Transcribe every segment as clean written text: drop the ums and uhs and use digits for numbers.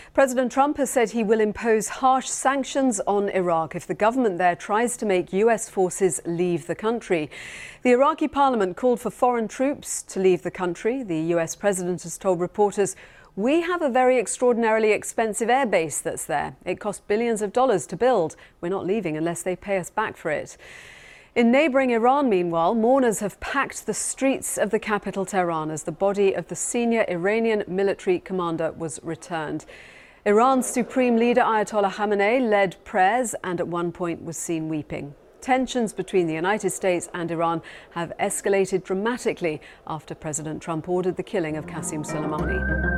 President Trump has said he will impose harsh sanctions on Iraq if the government there tries to make US forces leave the country. The Iraqi parliament called for foreign troops to leave the country. The US president has told reporters, "We have a very extraordinarily expensive airbase that's there. It cost billions of dollars to build. We're not leaving unless they pay us back for it." In neighbouring Iran, meanwhile, mourners have packed the streets of the capital Tehran as the body of the senior Iranian military commander was returned. Iran's supreme leader Ayatollah Khamenei led prayers and at one point was seen weeping. Tensions between the United States and Iran have escalated dramatically after President Trump ordered the killing of Qasem Soleimani.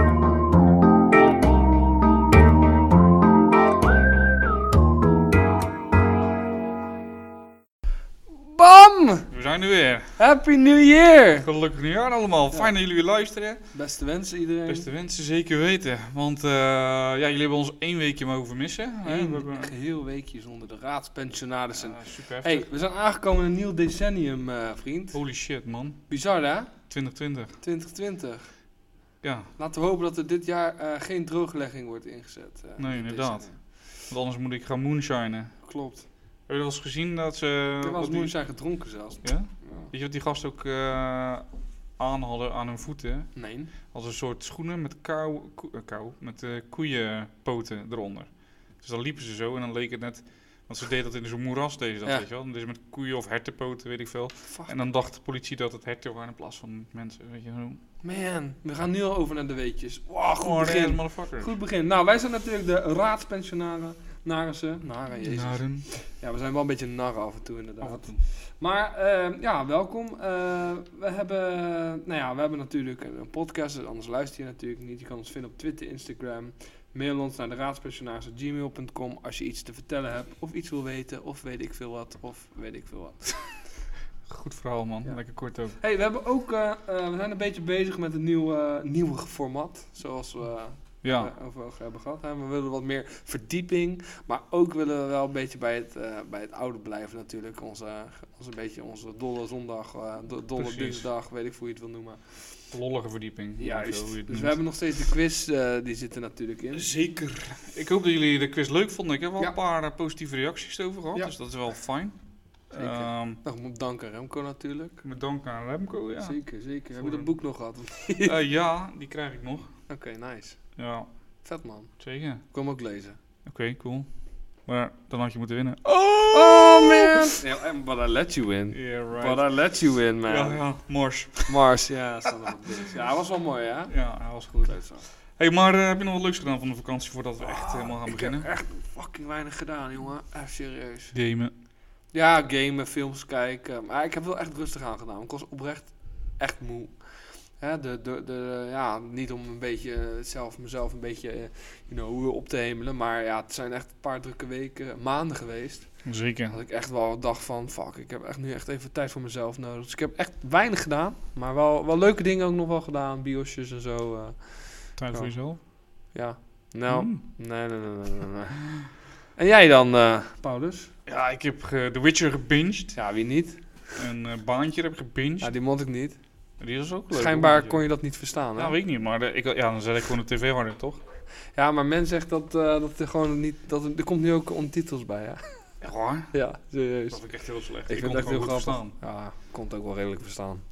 Bam! We zijn er weer. Happy New Year! Gelukkig nieuwjaar allemaal. Fijn dat jullie weer luisteren. Beste wensen iedereen. Beste wensen, zeker weten. Want jullie hebben ons 1 weekje mogen vermissen. We hebben Een geheel weekje zonder de raadspensionarissen. super heftig. Hey, we zijn aangekomen in een nieuw decennium, vriend. Holy shit, man. Bizar, hè? 2020. 2020. Ja. Laten we hopen dat er dit jaar geen drooglegging wordt ingezet. Nee, inderdaad. Want anders moet ik gaan moonshinen. Klopt. Heb je wel eens gezien dat ze... Ik heb wel eens moonshine gedronken zelfs. Ja? Weet je wat die gasten ook aan hadden aan hun voeten? Nee. Als een soort schoenen met met koeienpoten eronder. Dus dan liepen ze zo en dan leek het net... Want ze deden dat in zo'n moeras, weet je wel. Dus met koeien of hertenpoten, weet ik veel. Fuck. En dan dacht de politie dat het herten waren in plaats van mensen, weet je zo. Man, we gaan nu al over naar de weetjes. Wow, goed begin. Motherfucker. Goed begin. Nou, wij zijn natuurlijk de raadspensionaren. Naren, jezus. Naren. Ja, we zijn wel een beetje narren af en toe inderdaad. Af en toe. Maar welkom. We hebben natuurlijk een podcast, dus anders luister je natuurlijk niet. Je kan ons vinden op Twitter, Instagram. Mail ons naar de raadspensionaars@gmail.com als je iets te vertellen hebt, of iets wil weten, of weet ik veel wat. Goed verhaal, man. Ja. Lekker kort ook. Hey, we hebben ook, we zijn een beetje bezig met een nieuwe format, zoals we over hebben gehad. We willen wat meer verdieping, maar ook willen we wel een beetje bij het oude blijven natuurlijk. Onze dolle zondag, dolle dinsdag, weet ik hoe je het wil noemen. Lollige verdieping. Juist. Dus we hebben nog steeds de quiz, die zit er natuurlijk in. Zeker. Ik hoop dat jullie de quiz leuk vonden. Ik heb wel een paar positieve reacties over gehad, dus dat is wel fijn. Zeker. Ik moet danken aan Remco natuurlijk. Met dank aan Remco, ja. Zeker. Heb je dat boek nog gehad? Ja, die krijg ik nog. Oké, nice. Ja. Vet man. Zeker. Ik wil hem ook lezen. Oké, cool. Maar dan had je moeten winnen. Oh man! Yeah, but I let you win. Yeah, right. But I let you win, man. Ja, Mars, ja. Ja, hij was wel mooi, hè? Ja, hij was goed. Hey, maar heb je nog wat leuks gedaan van de vakantie voordat we echt helemaal gaan beginnen? Ik heb echt fucking weinig gedaan, jongen. Echt serieus. Gamen. Ja, gamen, films kijken. Maar ik heb wel echt rustig aan gedaan. Ik was oprecht echt moe. Hè, niet om een beetje mezelf een beetje op te hemelen. Maar ja, het zijn echt een paar drukke maanden geweest. Zeker. Dat ik echt wel dacht van, fuck, ik heb echt nu echt even tijd voor mezelf nodig. Dus ik heb echt weinig gedaan. Maar wel leuke dingen ook nog wel gedaan. Biosjes en zo. Tijd voor jezelf? Ja. Nou, nee. En jij dan, Paulus? Ja, ik heb The Witcher gebinged. Ja, wie niet? Een baantje heb ik gebinged. Ja, die mocht ik niet. Die is ook leuk. Schijnbaar kon je dat niet verstaan, hè? Ja, weet ik niet, maar dan zet ik gewoon de tv harder, toch? Ja, maar men zegt dat er gewoon niet... er komt nu ook ondertitels bij, hè? Echt waar? Ja, serieus. Dat vind ik echt heel slecht. Ik vind het echt heel grappig. Verstaan. Ja, ik kon het ook wel redelijk verstaan.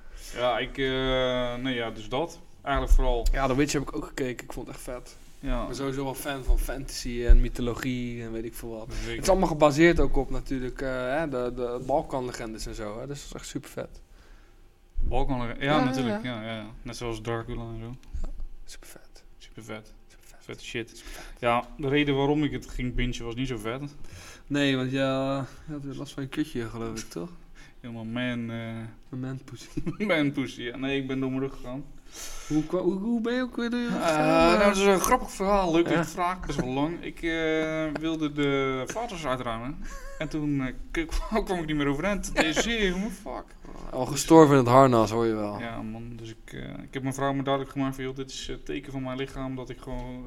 Ja, dus dat. Eigenlijk vooral... Ja, The Witcher heb ik ook gekeken. Ik vond het echt vet. Ja. Ik ben sowieso wel fan van fantasy en mythologie en weet ik veel wat. Zeker. Het is allemaal gebaseerd ook op natuurlijk de Balkan-legendes en zo, hè? Dus dat is echt super vet. Balkan-legendes? Ja, natuurlijk. Ja. Net zoals Dracula en zo. Ja, super vet. Super vet. Vette shit. Ja, de reden waarom ik het ging bingen was niet zo vet. Nee, want je had last van je kutje, geloof ik, toch? Helemaal man-pussy. Man-pussy, ja. Nee, ik ben door mijn rug gegaan. Hoe ben je ook weer dat is een grappig verhaal. Leuk dat je het vraagt. Best wel lang. Ik wilde de vaatwas uitruimen. En toen kwam ik niet meer overeind. Deze jongen, fuck. Al gestorven in het harnas, hoor je wel. Ja, man. Dus ik heb mijn vrouw me duidelijk gemaakt van, joh, dit is het teken van mijn lichaam dat ik gewoon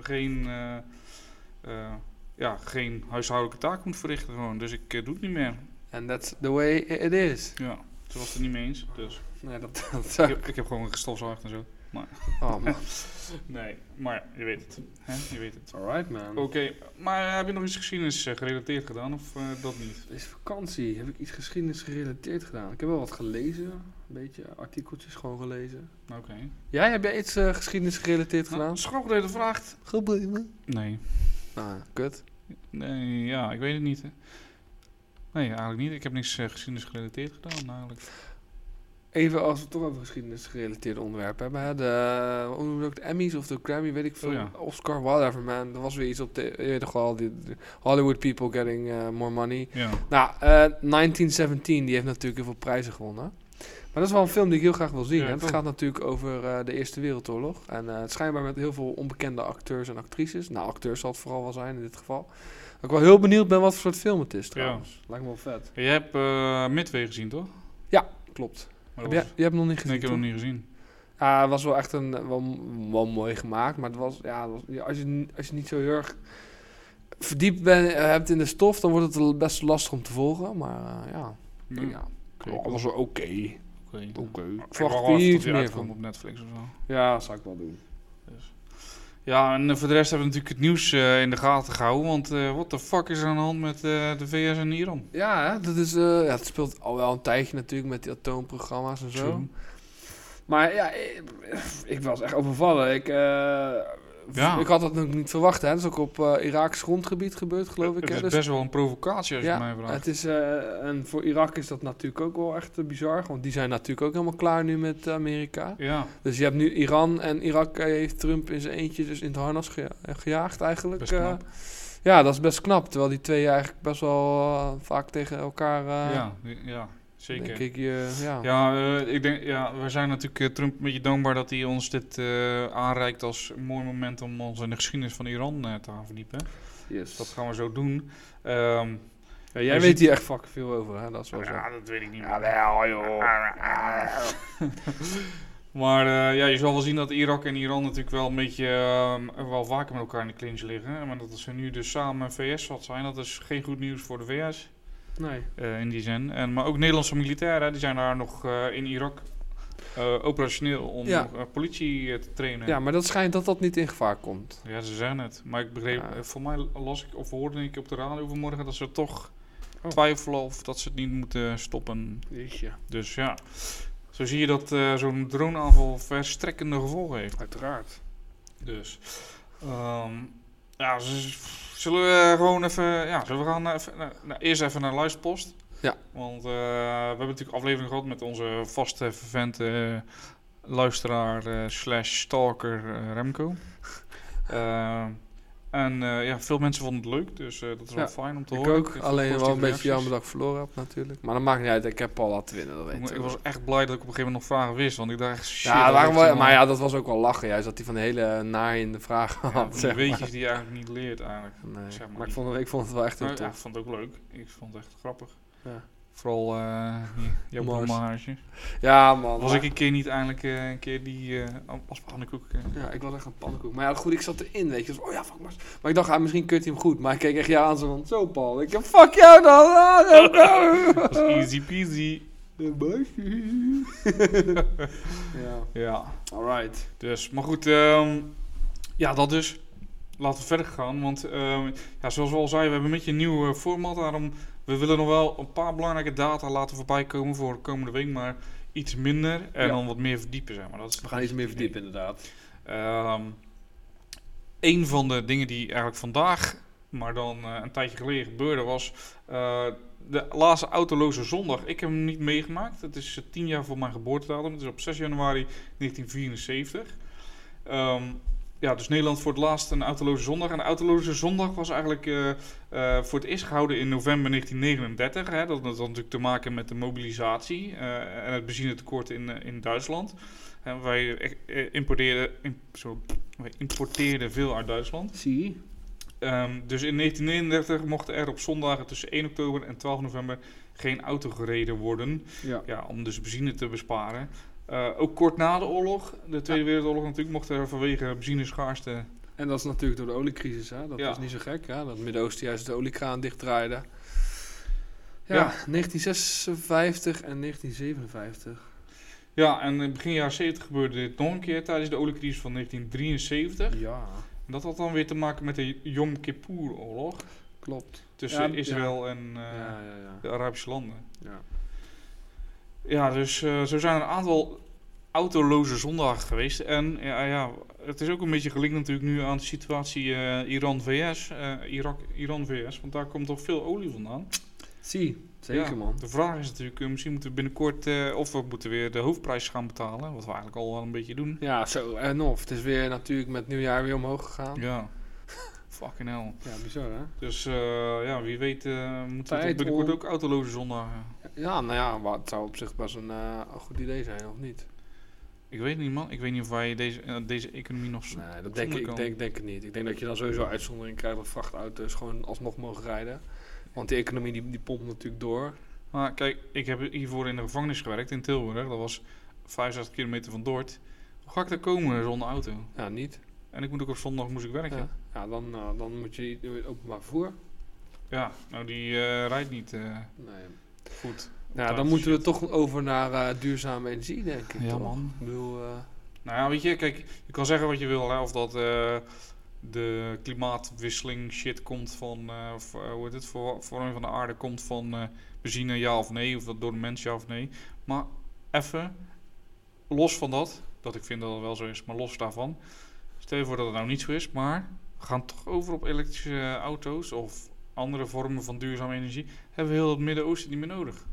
geen huishoudelijke taak moet verrichten. Gewoon. Dus ik doe het niet meer. And that's the way it is. Ja, ze was het er niet mee eens. Dus nee, ik heb gewoon gestofzuigd en zo. Maar. Oh, man. Nee, maar je weet het. Hè? Je weet het. Alright, man. Oké, maar heb je nog iets geschiedenis gerelateerd gedaan of dat niet? Deze vakantie heb ik iets geschiedenis gerelateerd gedaan. Ik heb wel wat gelezen. Een beetje artikeltjes gewoon gelezen. Oké. Jij, heb jij iets geschiedenis gerelateerd gedaan? Schroefreden vraagt. Problemen? Nee. Ah, kut. Nee, ja, ik weet het niet. Hè. Nee, eigenlijk niet. Ik heb niks geschiedenis gerelateerd gedaan eigenlijk. Even als we toch over geschiedenis gerelateerde onderwerpen hebben. Hè? Hoe noem je ook? De Emmys of de Grammy, weet ik veel. Oh, ja. Oscar, whatever, man. Er was weer iets op de... Je weet toch wel, de Hollywood people getting more money. Ja. Nou, 1917, die heeft natuurlijk heel veel prijzen gewonnen. Maar dat is wel een film die ik heel graag wil zien. Ja, Hè? Het toch? gaat natuurlijk over de Eerste Wereldoorlog. En het schijnbaar met heel veel onbekende acteurs en actrices. Nou, acteurs zal het vooral wel zijn in dit geval. Dat ik wel heel benieuwd ben wat voor soort film het is trouwens. Lijkt me wel vet. Jij hebt Midway gezien, toch? Ja, klopt. Maar Heb dat jij, je hebt hem nog niet gezien, Nee, ik heb hem toch? nog niet gezien. Ja, het was wel echt wel mooi gemaakt. Maar het was, als je niet zo heel erg verdiept hebt in de stof, dan wordt het best lastig om te volgen. Maar ja, het was wel oké. Ik verwacht er hier iets iets meer uitkomt van. op Netflix of zo. Ja, dat zou ik wel doen. Dus. Ja, en voor de rest hebben we natuurlijk het nieuws in de gaten gehouden. Want what the fuck is er aan de hand met de VS en Iran? Ja, hè, dat is, het speelt al wel een tijdje natuurlijk met die atoomprogramma's en zo. True. Maar ja, ik was echt overvallen. Ik had dat nog niet verwacht. Hè. Dat is ook op Iraks grondgebied gebeurd, geloof ik. Het Hè. is Dus, best wel een provocatie als je mij vraagt. het is, en voor Irak is dat natuurlijk ook wel echt bizar. Want die zijn natuurlijk ook helemaal klaar nu met Amerika. Ja, Dus je hebt nu Iran en Irak heeft Trump in zijn eentje dus in het harnas gejaagd eigenlijk. best knap. Ja, dat is best knap. Terwijl die twee eigenlijk best wel vaak tegen elkaar... ja, zeker. Denk ik, Ik denk, we zijn natuurlijk Trump een beetje dankbaar dat hij ons dit aanreikt als een mooi moment om ons in de geschiedenis van Iran te gaan verdiepen. Yes. Dat gaan we zo doen. Jij weet hier echt fucking veel over, hè? Dat is wel zo. Ja, dat weet ik niet. Jawel, joh. Maar je zal wel zien dat Irak en Iran natuurlijk wel een beetje wel vaker met elkaar in de clinch liggen. Maar dat ze nu dus samen VS wat zijn, dat is geen goed nieuws voor de VS. Nee. In die zin. Maar ook Nederlandse militairen, die zijn daar nog in Irak operationeel om politie te trainen. Ja, maar dat schijnt dat dat niet in gevaar komt. Ja, ze zeggen het. Maar ik begreep, voor mij las ik of hoorde ik op de radio vanmorgen dat ze toch twijfelen of dat ze het niet moeten stoppen. Jeetje. Dus ja, zo zie je dat zo'n droneaanval verstrekkende gevolgen heeft. Uiteraard. Dus, zullen we gewoon even, zullen we gaan eerst even naar Luisterpost? Ja. Want we hebben natuurlijk aflevering gehad met onze vaste vervente luisteraar / stalker Remco. Veel mensen vonden het leuk, dus dat is wel fijn om te horen. Ik ook, alleen wel een beetje jammer dat ik verloren heb natuurlijk. Maar dat maakt niet uit, ik heb al laten winnen, dat weet ik. Ik was echt blij dat ik op een gegeven moment nog vragen wist, want ik dacht echt shit. Maar dat was ook wel lachen, juist dat hij van de hele naaiende vragen had. Die weetjes die je eigenlijk niet leert eigenlijk. Nee, zeg maar ik vond het wel echt heel tof. Ik vond het ook leuk, ik vond het echt grappig. Ja. Vooral jouw bloemenhaarsje. Ja, man. Was ik een keer niet eindelijk een keer die als pannenkoek? Ja, ik was echt een pannenkoek. Maar ja, goed, ik zat erin, weet je. Dus, fuck maar ik dacht, misschien kunt hij hem goed. Maar ik keek echt aan zo Paul. Ik heb fuck jou dan. Dat is easy peasy. Ja. Alright. Dus, maar goed. Dat dus. Laten we verder gaan. Want zoals we al zeiden, we hebben een beetje een nieuw format. Daarom, we willen nog wel een paar belangrijke data laten voorbij komen voor de komende week. Maar iets minder en dan wat meer verdiepen. Zeg maar. Dat is we gaan iets meer verdiepen, inderdaad. Een van de dingen die eigenlijk vandaag, maar dan een tijdje geleden gebeurde, was de laatste autoloze zondag. Ik heb hem niet meegemaakt. Het is 10 jaar voor mijn geboortedatum. Het is op 6 januari 1974. Dus Nederland voor het laatst een autoloze zondag. En de autoloze zondag was eigenlijk voor het eerst gehouden in november 1939. Hè. Dat had natuurlijk te maken met de mobilisatie en het benzinetekort in Duitsland. Wij importeerden veel uit Duitsland. Zie. Dus in 1939 mochten er op zondagen tussen 1 oktober en 12 november geen auto gereden worden. Ja, om dus benzine te besparen. Ook kort na de oorlog, de Tweede Wereldoorlog natuurlijk, mochten er vanwege benzineschaarste... En dat is natuurlijk door de oliecrisis, hè? Dat is niet zo gek, hè? Dat het Midden-Oosten juist de oliekraan dichtdraaide. Ja, 1956 en 1957. Ja, en begin jaren 70 gebeurde dit nog een keer tijdens de oliecrisis van 1973. Ja. En dat had dan weer te maken met de Yom Kippur-oorlog. Klopt. Tussen Israël en de Arabische landen. Ja. Ja, dus zo zijn er een aantal autoloze zondagen geweest. En het is ook een beetje gelinkt natuurlijk nu aan de situatie Iran-VS. Iran-VS, want daar komt toch veel olie vandaan. Zeker man. De vraag is natuurlijk, misschien moeten we binnenkort, of we moeten weer de hoofdprijs gaan betalen. Wat we eigenlijk al wel een beetje doen. Ja, zo en of. Het is weer natuurlijk met nieuwjaar weer omhoog gegaan. Ja. Fucking hell. Ja, bizar hè? Dus wie weet moeten we binnenkort ook autoloze zondagen. Ja, nou ja, maar het zou op zich best een goed idee zijn, of niet? Ik weet niet man. Ik weet niet of wij deze economie nog Nee, dat denk ik denk het niet. Ik denk dat je dan sowieso uitzondering krijgt dat vrachtauto's gewoon alsnog mogen rijden. Want die economie die pompt natuurlijk door. Maar kijk, ik heb hiervoor in de gevangenis gewerkt in Tilburg. Dat was 65 kilometer van Dort. Hoe ga ik daar komen zonder auto? Ja, niet. En ik moet ook op zondag werken. Ja, dan moet je openbaar vervoer. Ja, nou die rijdt niet Nee. goed. Ja, dan moeten we toch over naar duurzame energie, denk ik. Ja, toch? man. Ik bedoel, Nou ja, weet je, kijk, je kan zeggen wat je wil, hè, of dat de klimaatwisseling shit komt van, hoe heet het, verwarming van de aarde komt van benzine, ja of nee, of dat door de mens, ja of nee. Maar even, los van dat ik vind dat het wel zo is, maar los daarvan, stel je voor dat het nou niet zo is, maar we gaan toch over op elektrische auto's of andere vormen van duurzame energie, hebben we heel het Midden-Oosten niet meer nodig.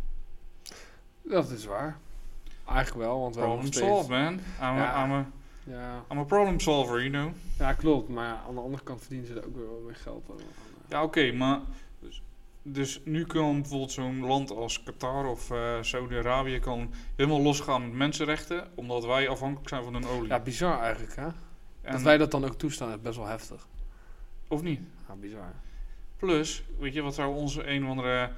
dat is waar. Eigenlijk wel, want we hebben nog Problem steeds... solved, man. Ja. I'm a problem solver, you know. Ja, klopt. Maar aan de andere kant verdienen ze er ook weer wel meer geld aan. Ja, oké, maar dus nu kan bijvoorbeeld zo'n land als Qatar of Saudi-Arabië kan helemaal losgaan met mensenrechten, omdat wij afhankelijk zijn van hun olie. Ja, bizar eigenlijk, hè? En, dat wij dat dan ook toestaan is best wel heftig. Of niet? Ja, bizar. Plus, weet je, wat zou onze een of andere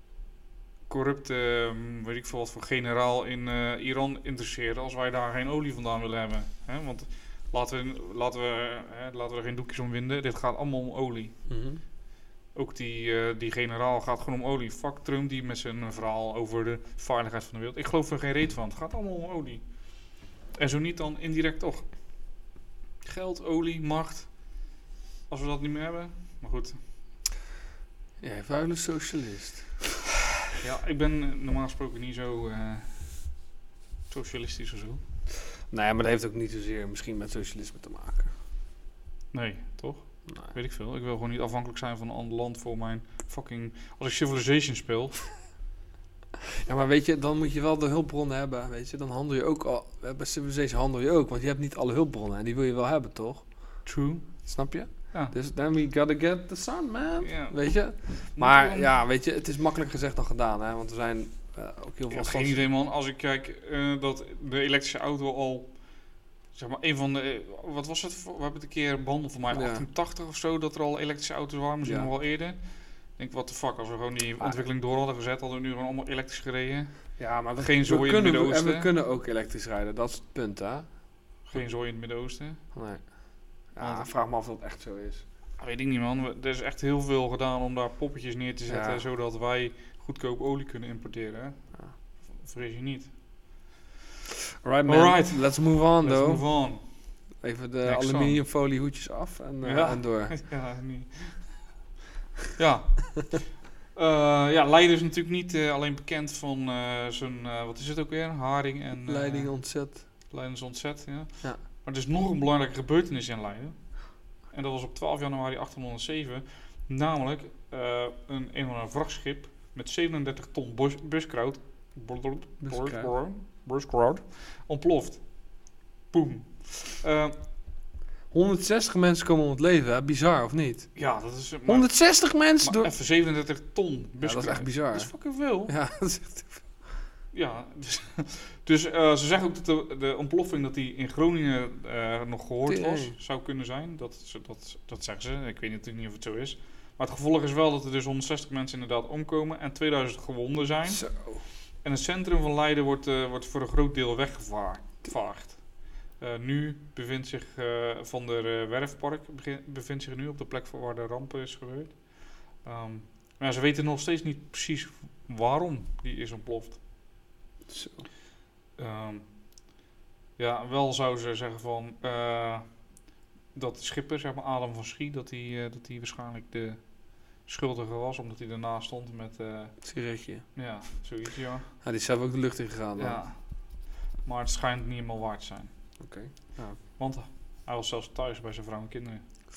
corrupte, weet ik veel wat voor generaal in Iran interesseren als wij daar geen olie vandaan willen hebben? Hè? Want laten we er geen doekjes om winden. Dit gaat allemaal om olie. Mhm. Ook die generaal gaat gewoon om olie. Fuck Trump die met zijn verhaal over de veiligheid van de wereld. Ik geloof er geen reet van. Het gaat allemaal om olie. En zo niet dan indirect toch. Geld, olie, macht. Als we dat niet meer hebben. Maar goed. Ja, vuile socialist. Ja, ik ben normaal gesproken niet zo socialistisch of zo. Nee, maar dat heeft ook niet zozeer misschien met socialisme te maken. Nee, toch? Nee. Weet ik veel. Ik wil gewoon niet afhankelijk zijn van een ander land voor mijn fucking... Als ik Civilization speel... Ja, maar weet je, dan moet je wel de hulpbronnen hebben, weet je. Dan handel je ook al... Bij Civilization handel je ook, want je hebt niet alle hulpbronnen. En die wil je wel hebben, toch? True. Snap je? Ja. Dus then we gotta get the sun, man. Ja. Weet je? Maar ja, weet je, het is makkelijk gezegd dan gedaan, hè. Want er zijn ook heel veel... Ik heb geen idee, man. Als ik kijk dat de elektrische auto al... Zeg maar, een van de... Wat was het? We hebben het een keer behandeld voor mij. 88 of zo, dat er al elektrische auto's waren. Misschien nog wel eerder. Ik denk, what the fuck. Als we gewoon die ontwikkeling door hadden gezet, hadden we nu gewoon allemaal elektrisch gereden. Ja, maar geen zooi in het Midden-Oosten. En we kunnen ook elektrisch rijden. Dat is het punt, hè. Geen zooi in het Midden-Oosten. Nee. Ja, vraag me af of dat echt zo is. Weet ik niet, man. Er is echt heel veel gedaan om daar poppetjes neer te zetten, zodat wij goedkoop olie kunnen importeren. Hè? Ja. Vrees je niet. Alright, man. Let's move on, Let's move on. Even de aluminiumfolie hoedjes af en door. Ja, niet. Ja. Leiden is natuurlijk niet alleen bekend van zijn, wat is het ook weer? Haring en... Leiding ontzet. Leiden is ontzet, ja. Ja. Maar er is nog een belangrijke gebeurtenis in Leiden. En dat was op 12 januari 1807. Namelijk een vrachtschip met 37 ton buskruid ontploft. Boom. 160 mensen komen om het leven, hè? Bizar, of niet? Ja, dat is... 160 mensen door... Even 37 ton buskruid. Ja, dat is echt bizar. Dat is fucking veel. Ja, dat is echt... Ja, dus ze zeggen ook dat de ontploffing dat die in Groningen nog gehoord was, zou kunnen zijn. Dat zeggen ze. Ik weet natuurlijk niet of het zo is. Maar het gevolg is wel dat er dus 160 mensen inderdaad omkomen en 2000 gewonden zijn. Zo. En het centrum van Leiden wordt voor een groot deel weggevaagd. Nu bevindt zich Van der Werfpark bevindt zich nu op de plek waar de ramp is gebeurd. Maar ze weten nog steeds niet precies waarom die is ontploft. Zo. Ja, wel zou ze zeggen van dat de schipper, zeg maar Adam van Schie, dat hij waarschijnlijk de schuldige was, omdat hij ernaast stond met... Sigaretje. Ja, zoiets, ja. Ja, die is zelf ook de lucht in gegaan. Ja. Maar het schijnt niet helemaal waard te zijn. Oké. Ja. Want hij was zelfs thuis bij zijn vrouw en kinderen.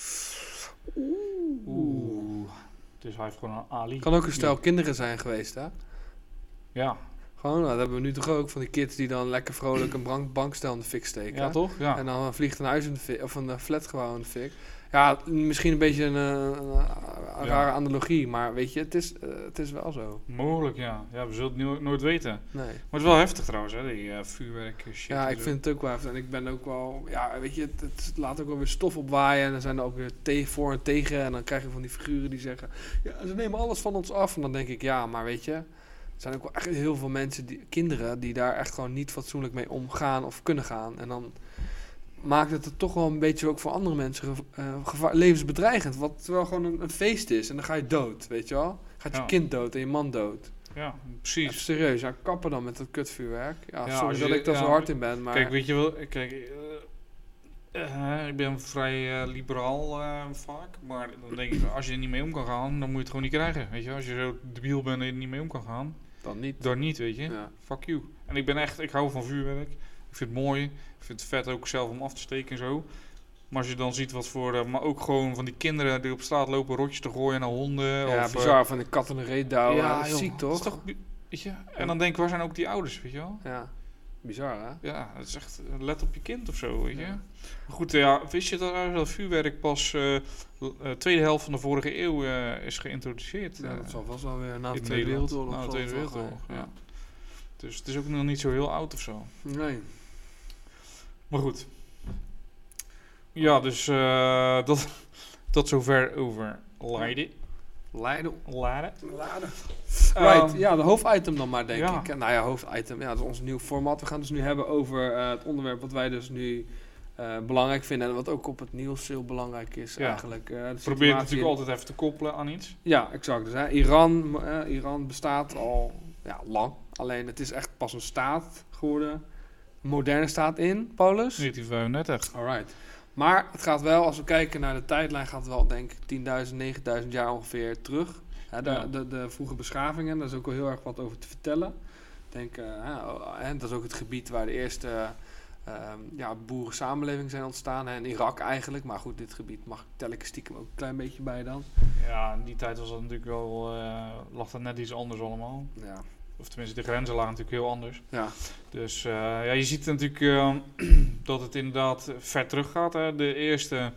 Oeh. Dus hij heeft gewoon een Ali. Kan ook een stel kinderen zijn geweest, hè? Ja. Gewoon, dat hebben we nu toch ook, van die kids die dan lekker vrolijk een bankstel in de fik steken. Ja, toch? Ja. En dan vliegt een huis in de fik, of een flatgebouw in de fik. Ja, misschien een beetje een rare analogie, maar weet je, het is wel zo. Mogelijk, ja. Ja, we zullen het nooit weten. Nee. Maar het is wel heftig trouwens, hè, die vuurwerk shit. Ja, ik vind het ook wel heftig. En ik ben ook wel, ja, weet je, het laat ook wel weer stof opwaaien. En dan zijn er ook weer voor en tegen. En dan krijg je van die figuren die zeggen, ja, ze nemen alles van ons af. En dan denk ik, ja, maar weet je, er zijn ook wel echt heel veel mensen, kinderen, die daar echt gewoon niet fatsoenlijk mee omgaan of kunnen gaan. En dan maakt het er toch wel een beetje ook voor andere mensen levensbedreigend. Wat terwijl gewoon een feest is. En dan ga je dood, weet je wel. Gaat je kind dood en je man dood. Ja, precies. Even serieus, ja, kappen dan met dat kutvuurwerk. Ja, Ja, sorry dat ik daar zo hard in ben, maar... Kijk, weet je wel, ik ben vrij liberaal vaak, maar dan denk ik, als je er niet mee om kan gaan, dan moet je het gewoon niet krijgen, weet je. Als je zo debiel bent en er niet mee om kan gaan, dan niet, weet je. Ja. Fuck you. En ik hou van vuurwerk, ik vind het mooi, ik vind het vet ook zelf om af te steken en zo. Maar als je dan ziet wat voor, maar ook gewoon van die kinderen die op straat lopen rotjes te gooien naar honden. Ja, of, bizar, van de kat in de reet douwen. Ja, dat is ziek toch? Dat is toch weet je? En dan denk ik, waar zijn ook die ouders, weet je wel? Ja, bizar hè? Ja, dat is echt, let op je kind of zo, weet je. Ja. Maar goed, ja, wist je dat vuurwerk pas tweede helft van de vorige eeuw is geïntroduceerd? Ja, dat zal vast wel weer na de in Tweede Nederland. Wereldoorlog. Na de Tweede Wereldoorlog, ja. ja. Dus het is ook nog niet zo heel oud of zo. Nee. Maar goed. Ja, dus tot zover over Leiden. Laden. Right, ja, de hoofditem dan maar, denk ik. Nou ja, hoofditem, ja, dat is ons nieuw format. We gaan het dus nu hebben over het onderwerp wat wij dus nu belangrijk vinden. En wat ook op het nieuws heel belangrijk is eigenlijk. Probeer natuurlijk altijd even te koppelen aan iets. Ja, exact. Dus, Iran bestaat al lang. Alleen het is echt pas een staat geworden. Een moderne staat in, Paulus? 1935. Alright. Maar het gaat wel, als we kijken naar de tijdlijn, gaat het wel, denk ik, 10.000, 9.000 jaar ongeveer terug. De vroege beschavingen, daar is ook wel heel erg wat over te vertellen. Ik denk, dat is ook het gebied waar de eerste boerensamenlevingen zijn ontstaan. In Irak eigenlijk, maar goed, dit gebied tel ik stiekem ook een klein beetje bij dan. Ja, in die tijd was dat natuurlijk wel, lag dat net iets anders allemaal. Ja. Of tenminste, de grenzen lagen natuurlijk heel anders. Ja. Dus je ziet natuurlijk dat het inderdaad ver terug gaat. Hè. De eerste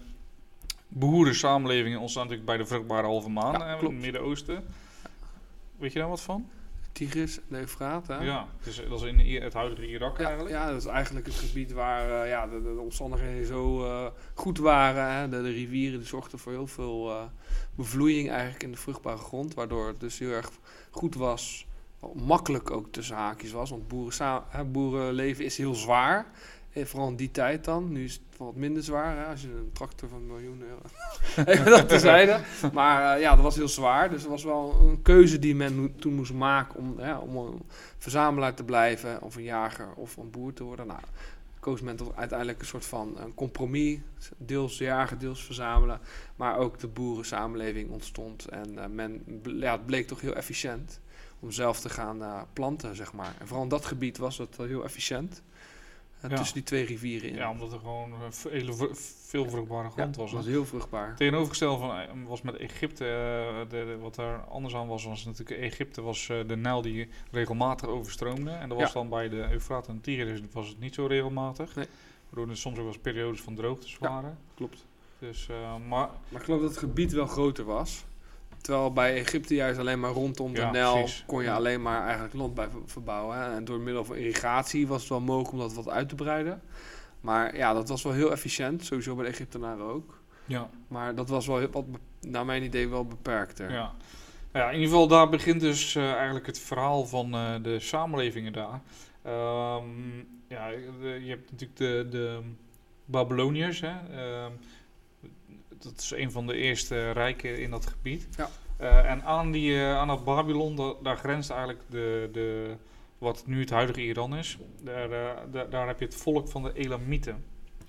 boerensamenlevingen ontstaan natuurlijk bij de vruchtbare halve maan in het Midden-Oosten. Weet je daar wat van? Tigris en de Eufraat, hè? Ja, dus dat is in het huidige Irak eigenlijk. Ja, dat is eigenlijk het gebied waar de omstandigheden zo goed waren. Hè? De rivieren die zorgden voor heel veel bevloeiing eigenlijk in de vruchtbare grond. Waardoor het dus heel erg goed was, makkelijk ook tussen haakjes was. Want boerenleven is heel zwaar. Vooral in die tijd dan. Nu is het wat minder zwaar. Hè? Als je een tractor van €1 miljoen... Even dat terzijde. Maar dat was heel zwaar. Dus er was wel een keuze die men toen moest maken om een verzamelaar te blijven. Of een jager of een boer te worden. Nou, koos men tot uiteindelijk een soort van een compromis. Deels jagen, deels verzamelen. Maar ook de boerensamenleving ontstond. En het bleek toch heel efficiënt om zelf te gaan planten, zeg maar. En vooral in dat gebied was het heel efficiënt. Tussen die twee rivieren in. Ja, omdat er gewoon veel vruchtbare grond was. Het was heel vruchtbaar. Tegenovergesteld was met Egypte, wat daar anders aan was natuurlijk Egypte was de Nijl die regelmatig overstroomde. En dat was dan bij de Eufraat en Tigris was het niet zo regelmatig. Nee. Waardoor er soms ook wel eens periodes van droogtes waren. Klopt. Dus, maar ik geloof dat het gebied wel groter was. Terwijl bij Egypte juist alleen maar rondom de Nijl kon je alleen maar eigenlijk land bij verbouwen. Hè? En door middel van irrigatie was het wel mogelijk om dat wat uit te breiden. Maar ja, dat was wel heel efficiënt. Sowieso bij de Egyptenaren ook. Ja. Maar dat was wel wat, naar mijn idee, wel beperkter. Ja. Ja, in ieder geval daar begint dus eigenlijk het verhaal van de samenlevingen daar. Je hebt natuurlijk de Babyloniërs, hè. Dat is een van de eerste rijken in dat gebied. Ja. En aan dat Babylon, daar grenst eigenlijk de wat nu het huidige Iran is. Daar heb je het volk van de Elamieten.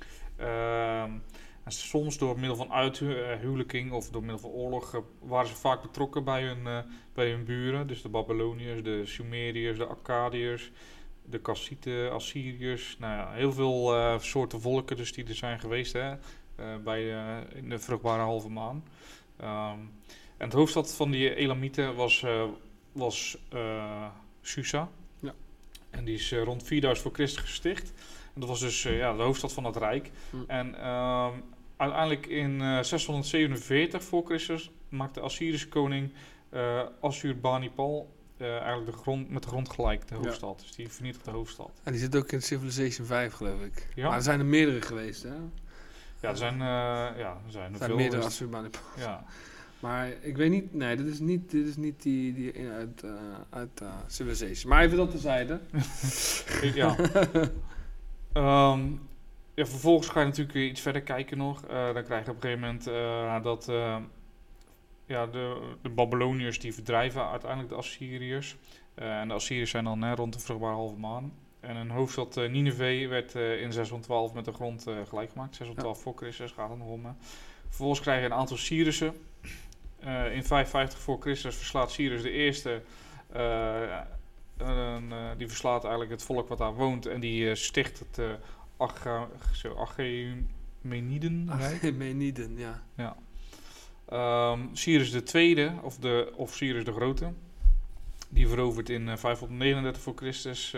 En soms door middel van uithuwelijking of door middel van oorlog waren ze vaak betrokken bij hun buren. Dus de Babyloniërs, de Sumeriërs, de Akkadiërs, de Kassieten, Assyriërs. Nou ja, heel veel soorten volken dus die er zijn geweest in de vruchtbare halve maan. En het hoofdstad van die Elamieten was Susa. Ja. En die is rond 4000 voor Christus gesticht. En dat was dus de hoofdstad van het Rijk. En uiteindelijk in 647 voor Christus maakte de Assyrische koning Ashurbanipal eigenlijk met de grond gelijk, de hoofdstad. Dus die vernietigt de hoofdstad. En die zit ook in Civilization 5, geloof ik. Ja. Maar er zijn er meerdere geweest, hè? Ja, er zijn er veel. Meerdere Ashurbanipal. Ja. Maar ik weet niet, nee, dit is niet die uit Civilization. Maar even dat terzijde. Ja. Vervolgens ga je natuurlijk weer iets verder kijken nog. Dan krijg je op een gegeven moment dat de Babyloniërs die verdrijven uiteindelijk de Assyriërs. En de Assyriërs zijn dan rond de vruchtbare halve maan. En een hoofdstad Nineveh werd in 612 met de grond gelijk gemaakt. 612 voor Christus gaat het nog om. Vervolgens krijg je een aantal Syrissen. In 550 voor Christus verslaat Cyrus de eerste. Die verslaat eigenlijk het volk wat daar woont. En die sticht het Achemenidenrijk. Achemenieden, ja. Cyrus de tweede, of Cyrus de Grote. Die verovert in 539 voor Christus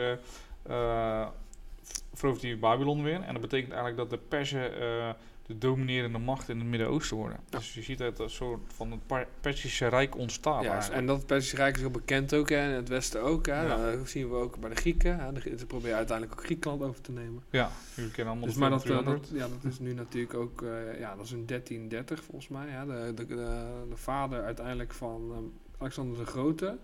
verovert hij Babylon weer. En dat betekent eigenlijk dat de Perzen de dominerende macht in het Midden-Oosten worden. Ja. Dus je ziet dat een soort van het Perzische Rijk ontstaat. Ja, en dat Perzische Rijk is heel bekend ook, hè, in het Westen ook. Hè. Ja. Dat zien we ook bij de Grieken. Hè. Ze proberen uiteindelijk ook Griekenland over te nemen. Ja, jullie kennen allemaal dus maar dat is nu natuurlijk ook, dat is in 1330 volgens mij. Ja, de vader uiteindelijk van Alexander de Grote.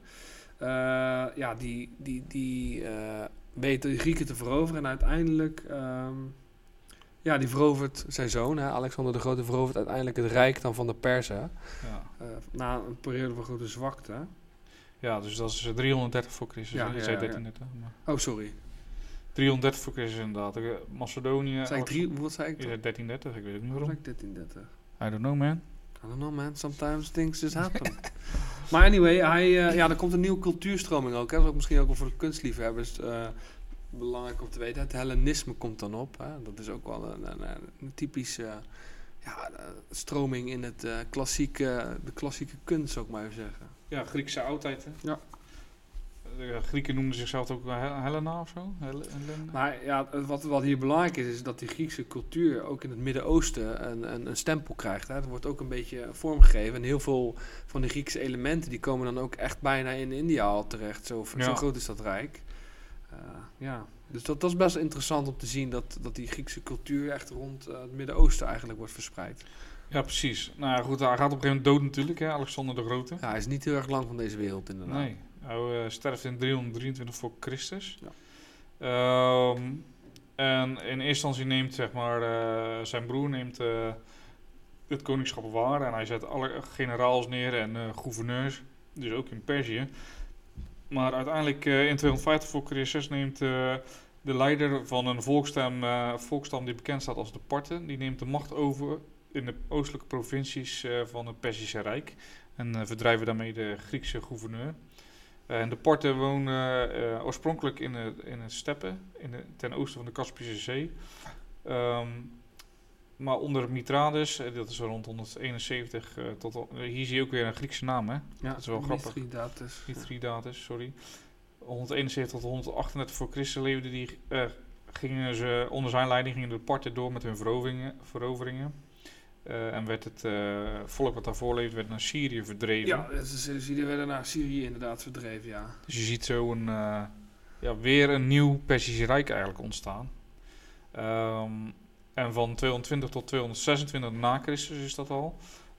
Die weet de Grieken te veroveren en uiteindelijk... die verovert zijn zoon, hè, Alexander de Grote, verovert uiteindelijk het rijk dan van de Perzen. Ja. Na een periode van grote zwakte. Ja, dus dat is 330 voor Christus. Ja, je zei 1330. Maar... Oh, sorry. 330 voor Christus inderdaad. Macedonië... Wat zei ik? 1330, ik weet het niet waarom. Wat zei ik 1330? I don't know, man. Sometimes things just happen. Maar anyway, er komt een nieuwe cultuurstroming ook. Hè. Dat is ook misschien ook wel voor de kunstliefhebbers... belangrijk om te weten, het Hellenisme komt dan op. Hè. Dat is ook wel een typische stroming in de klassieke kunst, zou ik maar even zeggen. Ja, Griekse oudheid. Hè? Ja. De Grieken noemden zichzelf ook Helena of zo. Maar ja, wat hier belangrijk is dat die Griekse cultuur ook in het Midden-Oosten een stempel krijgt. Hè. Dat wordt ook een beetje vormgegeven. En heel veel van die Griekse elementen die komen dan ook echt bijna in India al terecht. Zo groot is dat rijk. Dus dat is best interessant om te zien dat die Griekse cultuur echt rond het Midden-Oosten eigenlijk wordt verspreid. Ja, precies. Nou ja, goed, hij gaat op een gegeven moment dood natuurlijk, hè, Alexander de Grote. Ja, hij is niet heel erg lang van deze wereld inderdaad. Nee, hij sterft in 323 voor Christus. Ja. En in eerste instantie neemt zijn broer het koningschap waar en hij zet alle generaals neer en gouverneurs, dus ook in Perzië. Maar uiteindelijk in 250 voor Christus neemt de leider van een volkstam die bekend staat als de Parten, die neemt de macht over in de oostelijke provincies van het Perzische Rijk en verdrijven daarmee de Griekse gouverneur. En de Parten wonen oorspronkelijk in de steppen ten oosten van de Kaspische Zee. Maar onder Mithridates, dat is rond 171 hier zie je ook weer een Griekse naam, hè? Ja, dat is wel grappig. Mithridates, sorry. 171 tot 138 voor Christus leefden gingen ze onder zijn leiding gingen de Parten door met hun veroveringen. En werd het volk wat daarvoor leefde werd naar Syrië verdreven. Ja, die werden naar Syrië inderdaad verdreven, ja. Dus je ziet zo weer een nieuw Perzische Rijk eigenlijk ontstaan. En van 220 tot 226 na Christus is dat al.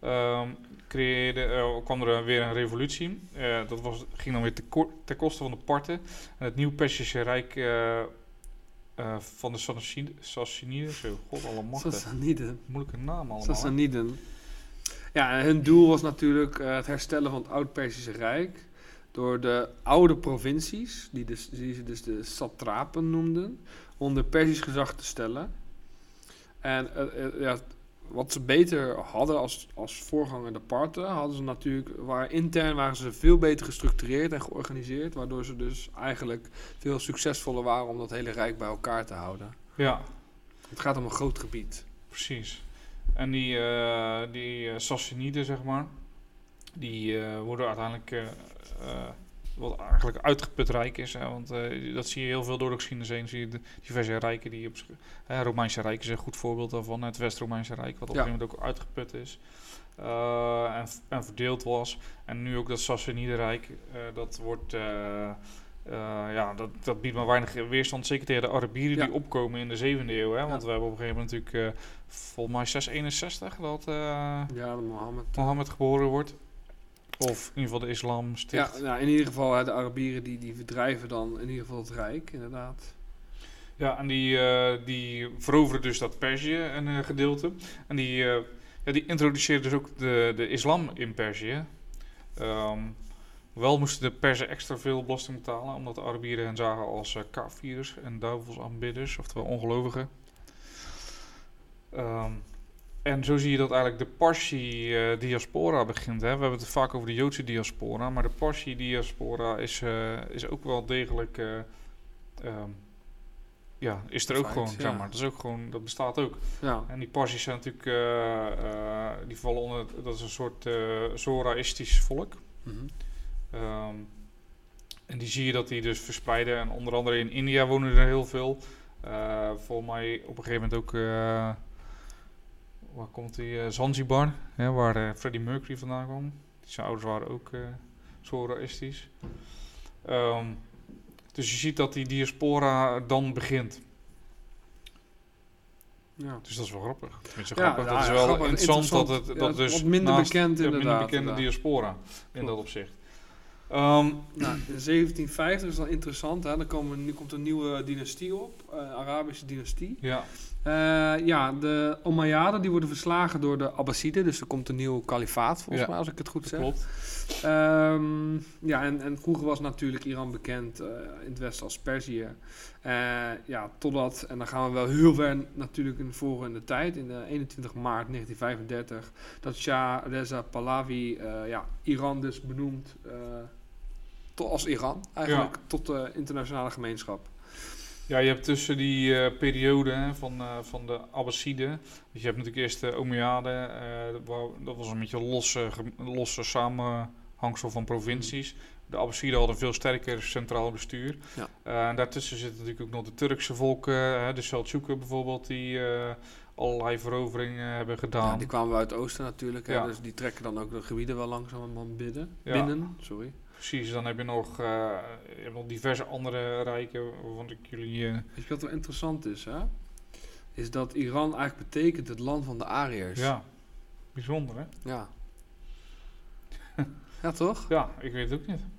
Kwam er weer een revolutie. Ging dan weer ten koste van de Parten. En het nieuw Perzische Rijk van de Sassaniden. God allemachtig. Sassaniden. Moeilijke naam allemaal. Sassaniden. Ja, en hun doel was natuurlijk het herstellen van het Oud-Perzische Rijk. door de oude provincies, die ze dus de satrapen noemden, onder Perzisch gezag te stellen. En wat ze beter hadden als voorganger de Parthen, hadden ze natuurlijk, intern waren ze veel beter gestructureerd en georganiseerd, waardoor ze dus eigenlijk veel succesvoller waren om dat hele rijk bij elkaar te houden. Ja. Het gaat om een groot gebied. Precies. En die Sassaniden, zeg maar, die worden uiteindelijk wat eigenlijk uitgeput rijk is. Hè, want dat zie je heel veel door de geschiedenis heen. Zie je de diverse rijken die Romeinse Rijk is een goed voorbeeld daarvan. Het West-Romeinse Rijk, wat op een gegeven moment ook uitgeput is. En verdeeld was. En nu ook dat Sassanidenrijk, dat wordt... dat biedt maar weinig weerstand. Zeker tegen de Arabieren die opkomen in de 7e eeuw. Hè? Want we hebben op een gegeven moment natuurlijk volgens mij 661 dat Mohammed geboren wordt. Of in ieder geval de islam sticht. Ja, in ieder geval de Arabieren die verdrijven dan in ieder geval het Rijk, inderdaad. Ja, en die veroveren dus dat Perzië een gedeelte. En die introduceerden dus ook de islam in Perzië. Wel moesten de Perzen extra veel belasting betalen, omdat de Arabieren hen zagen als kafirs en duivelsaanbidders, oftewel ongelovigen. En zo zie je dat eigenlijk de Parsi-diaspora begint. Hè. We hebben het vaak over de Joodse diaspora, maar de Parsi-diaspora is ook wel degelijk... is er ook gewoon, zeg maar. Dat is ook gewoon, dat bestaat ook. Ja. En die Parsi's zijn natuurlijk, die vallen onder, dat is een soort Zoroastrisch volk. Mm-hmm. En die zie je dat die dus verspreiden. En onder andere in India wonen er heel veel. Volgens mij op een gegeven moment ook... waar komt die? Zanzibar. Waar Freddie Mercury vandaan kwam. Zijn ouders waren ook Zoroastrisch. Dus je ziet dat die diaspora dan begint. Ja. Dus dat is wel grappig. Dat is wel grappig, interessant dat het dus wat minder bekend inderdaad. Minder bekende diaspora in dat opzicht. In 1750 is dan interessant. Hè? Nu komt een nieuwe dynastie op. Arabische dynastie. Ja. De Omajjaden die worden verslagen door de Abbasiden. Dus er komt een nieuw kalifaat, volgens mij, als ik het goed zeg. Klopt. En vroeger was natuurlijk Iran bekend in het westen als Perzië. Totdat, en dan gaan we wel heel ver natuurlijk in de tijd, in 21 maart 1935, dat Shah Reza Pahlavi Iran dus benoemt als Iran, eigenlijk, tot de internationale gemeenschap. Ja, je hebt tussen die periode van de Abbasiden, dus je hebt natuurlijk eerst de Omajjaden, dat was een beetje losse samenhangsel van provincies. De Abbasiden hadden een veel sterker centraal bestuur. Ja. En daartussen zitten natuurlijk ook nog de Turkse volken, de Seldsjuken bijvoorbeeld, die allerlei veroveringen hebben gedaan. Ja, die kwamen uit het oosten natuurlijk, dus die trekken dan ook de gebieden wel langzaam binnen. Sorry. Precies, dan heb je nog diverse andere rijken waarvan ik jullie... Weet je wat wel interessant is, hè? Is dat Iran eigenlijk betekent het land van de Ariërs. Ja, bijzonder hè? Ja. Ja, toch? Ja, ik weet het ook niet.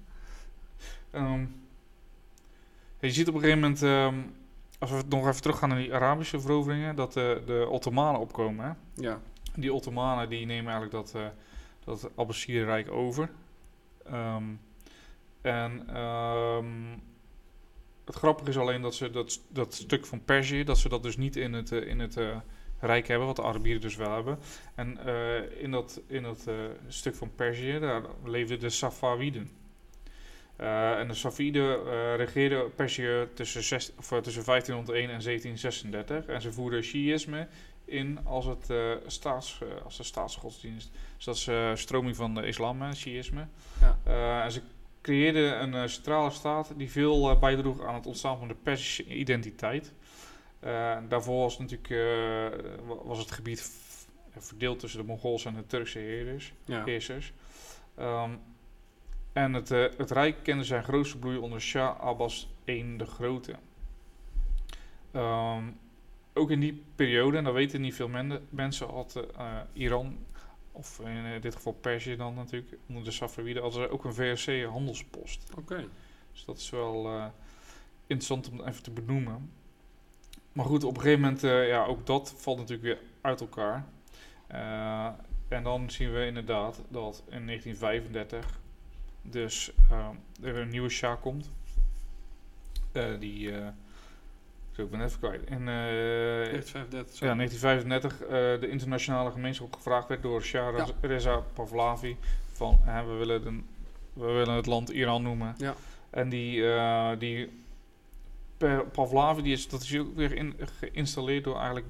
Je ziet op een gegeven moment, als we nog even teruggaan naar die Arabische veroveringen, dat de Ottomanen opkomen. Hè? Ja. Die Ottomanen die nemen eigenlijk dat Abbasidenrijk over. Het grappige is alleen dat ze dat stuk van Perzië, dat ze dat dus niet in het rijk hebben, wat de Arabieren dus wel hebben. En in dat stuk van Perzië, daar leefden de Safaviden. En de Safaviden regeerden Perzië tussen 1501 en 1736. En ze voerden Shiïsme in als de staatsgodsdienst. Dus dat is de stroming van de islam, Shiïsme. Ja. En ze creëerden een centrale staat die veel bijdroeg aan het ontstaan van de Perzische identiteit. Daarvoor was het gebied verdeeld tussen de Mongoolse en de Turkse heersers. En het rijk kende zijn grootste bloei onder Shah Abbas I de Grote. Ook in die periode, en dat weten niet veel mensen, had Iran, of in dit geval Perzië dan natuurlijk, onder de Safaviden, hadden ze ook een VOC-handelspost. Oké. Dus dat is wel interessant om even te benoemen. Maar goed, op een gegeven moment, ook dat valt natuurlijk weer uit elkaar. En dan zien we inderdaad dat in 1935 dus er een nieuwe Shah komt. Ik ben even kwijt. In 1935. Ja, 1935 de internationale gemeenschap gevraagd werd door Shah Reza Pahlavi van we willen het land Iran noemen. Ja. En die Pahlavi dat is ook weer geïnstalleerd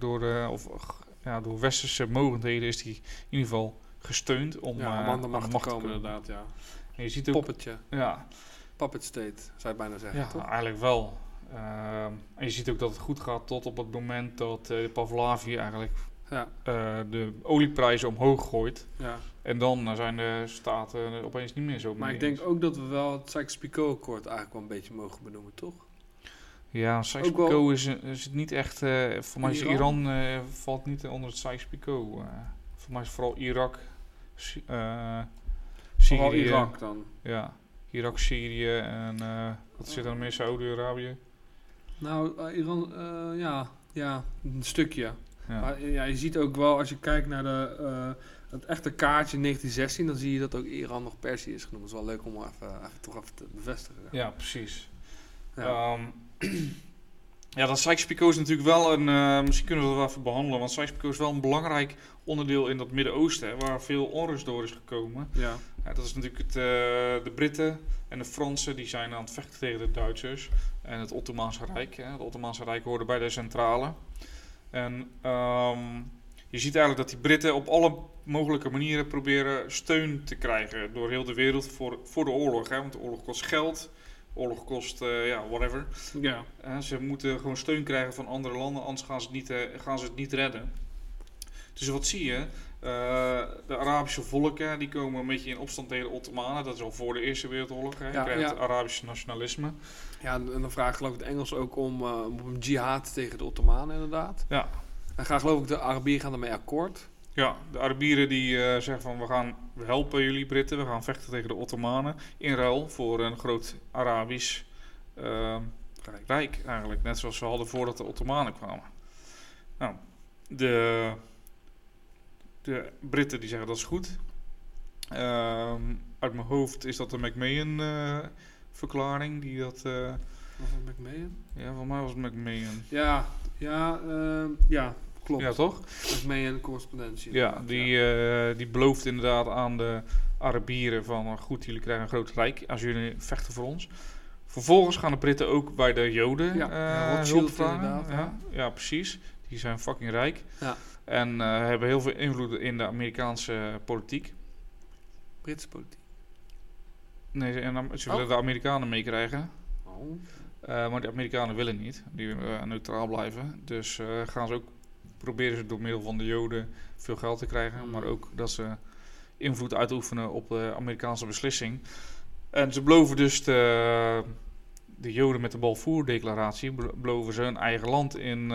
door westerse mogendheden is die in ieder geval gesteund om aan de macht te komen inderdaad, ja. En je ziet ook, poppetje. Ja. Puppet state, zou je bijna zeggen, toch? Ja, eigenlijk wel. En je ziet ook dat het goed gaat tot op het moment dat Pahlavi eigenlijk de olieprijzen omhoog gooit. Ja. En dan zijn de staten opeens niet meer zo. Maar ik denk ook dat we wel het Sykes-Picot-akkoord eigenlijk wel een beetje mogen benoemen, toch? Ja, Sykes-Picot is het niet echt... voor mij is Iran valt niet onder het Sykes-Picot. Voor mij is vooral Irak, Syrië. Vooral Irak dan? Ja, Irak, Syrië en wat zit er meer? Saudi-Arabië? Nou, Iran, een stukje. Ja. Maar je ziet ook wel, als je kijkt naar het echte kaartje in 1916, dan zie je dat ook Iran nog Perzië is genoemd. Dat is wel leuk om even te bevestigen. Ja, precies. Ja. Dat Sykes-Picot is natuurlijk wel misschien kunnen we dat wel even behandelen, want Sykes-Picot is wel een belangrijk onderdeel in dat Midden-Oosten, waar veel onrust door is gekomen. Ja. Dat is natuurlijk de Britten en de Fransen, die zijn aan het vechten tegen de Duitsers en het Ottomaanse Rijk. Het Ottomaanse Rijk hoorde bij de centrale. En je ziet eigenlijk dat die Britten op alle mogelijke manieren proberen steun te krijgen door heel de wereld voor de oorlog. Want de oorlog kost geld, oorlog kost whatever. Ja. Ze moeten gewoon steun krijgen van andere landen, anders gaan ze het niet redden. Dus wat zie je? De Arabische volken die komen een beetje in opstand tegen de Ottomanen. Dat is al voor de Eerste Wereldoorlog. Je krijgt het Arabische nationalisme. Ja, en dan vragen geloof ik de Engelsen ook om een jihad tegen de Ottomanen inderdaad. Ja. En geloof ik de Arabieren daarmee akkoord. Ja, de Arabieren die zeggen van we helpen jullie Britten. We gaan vechten tegen de Ottomanen. In ruil voor een groot Arabisch rijk eigenlijk. Net zoals we hadden voordat de Ottomanen kwamen. Nou, de Britten die zeggen dat is goed. Uit mijn hoofd is dat de Macmahon verklaring die dat... Was het Macmahon? Ja, voor mij was het Macmahon. Ja, klopt. Ja, toch? Macmahon correspondentie. Ja, die belooft inderdaad aan de Arabieren van goed, jullie krijgen een groot rijk als jullie vechten voor ons. Vervolgens gaan de Britten ook bij de Joden hulp vragen. Ja, precies. Die zijn fucking rijk. Ja. En hebben heel veel invloed in de Amerikaanse politiek. Britse politiek? Nee, ze willen de Amerikanen meekrijgen. Oh. Maar de Amerikanen willen niet. Die willen neutraal blijven. Dus proberen ze door middel van de Joden veel geld te krijgen. Maar ook dat ze invloed uitoefenen op de Amerikaanse beslissing. En ze beloven dus de Joden met de Balfour-declaratie... beloven ze een eigen land in...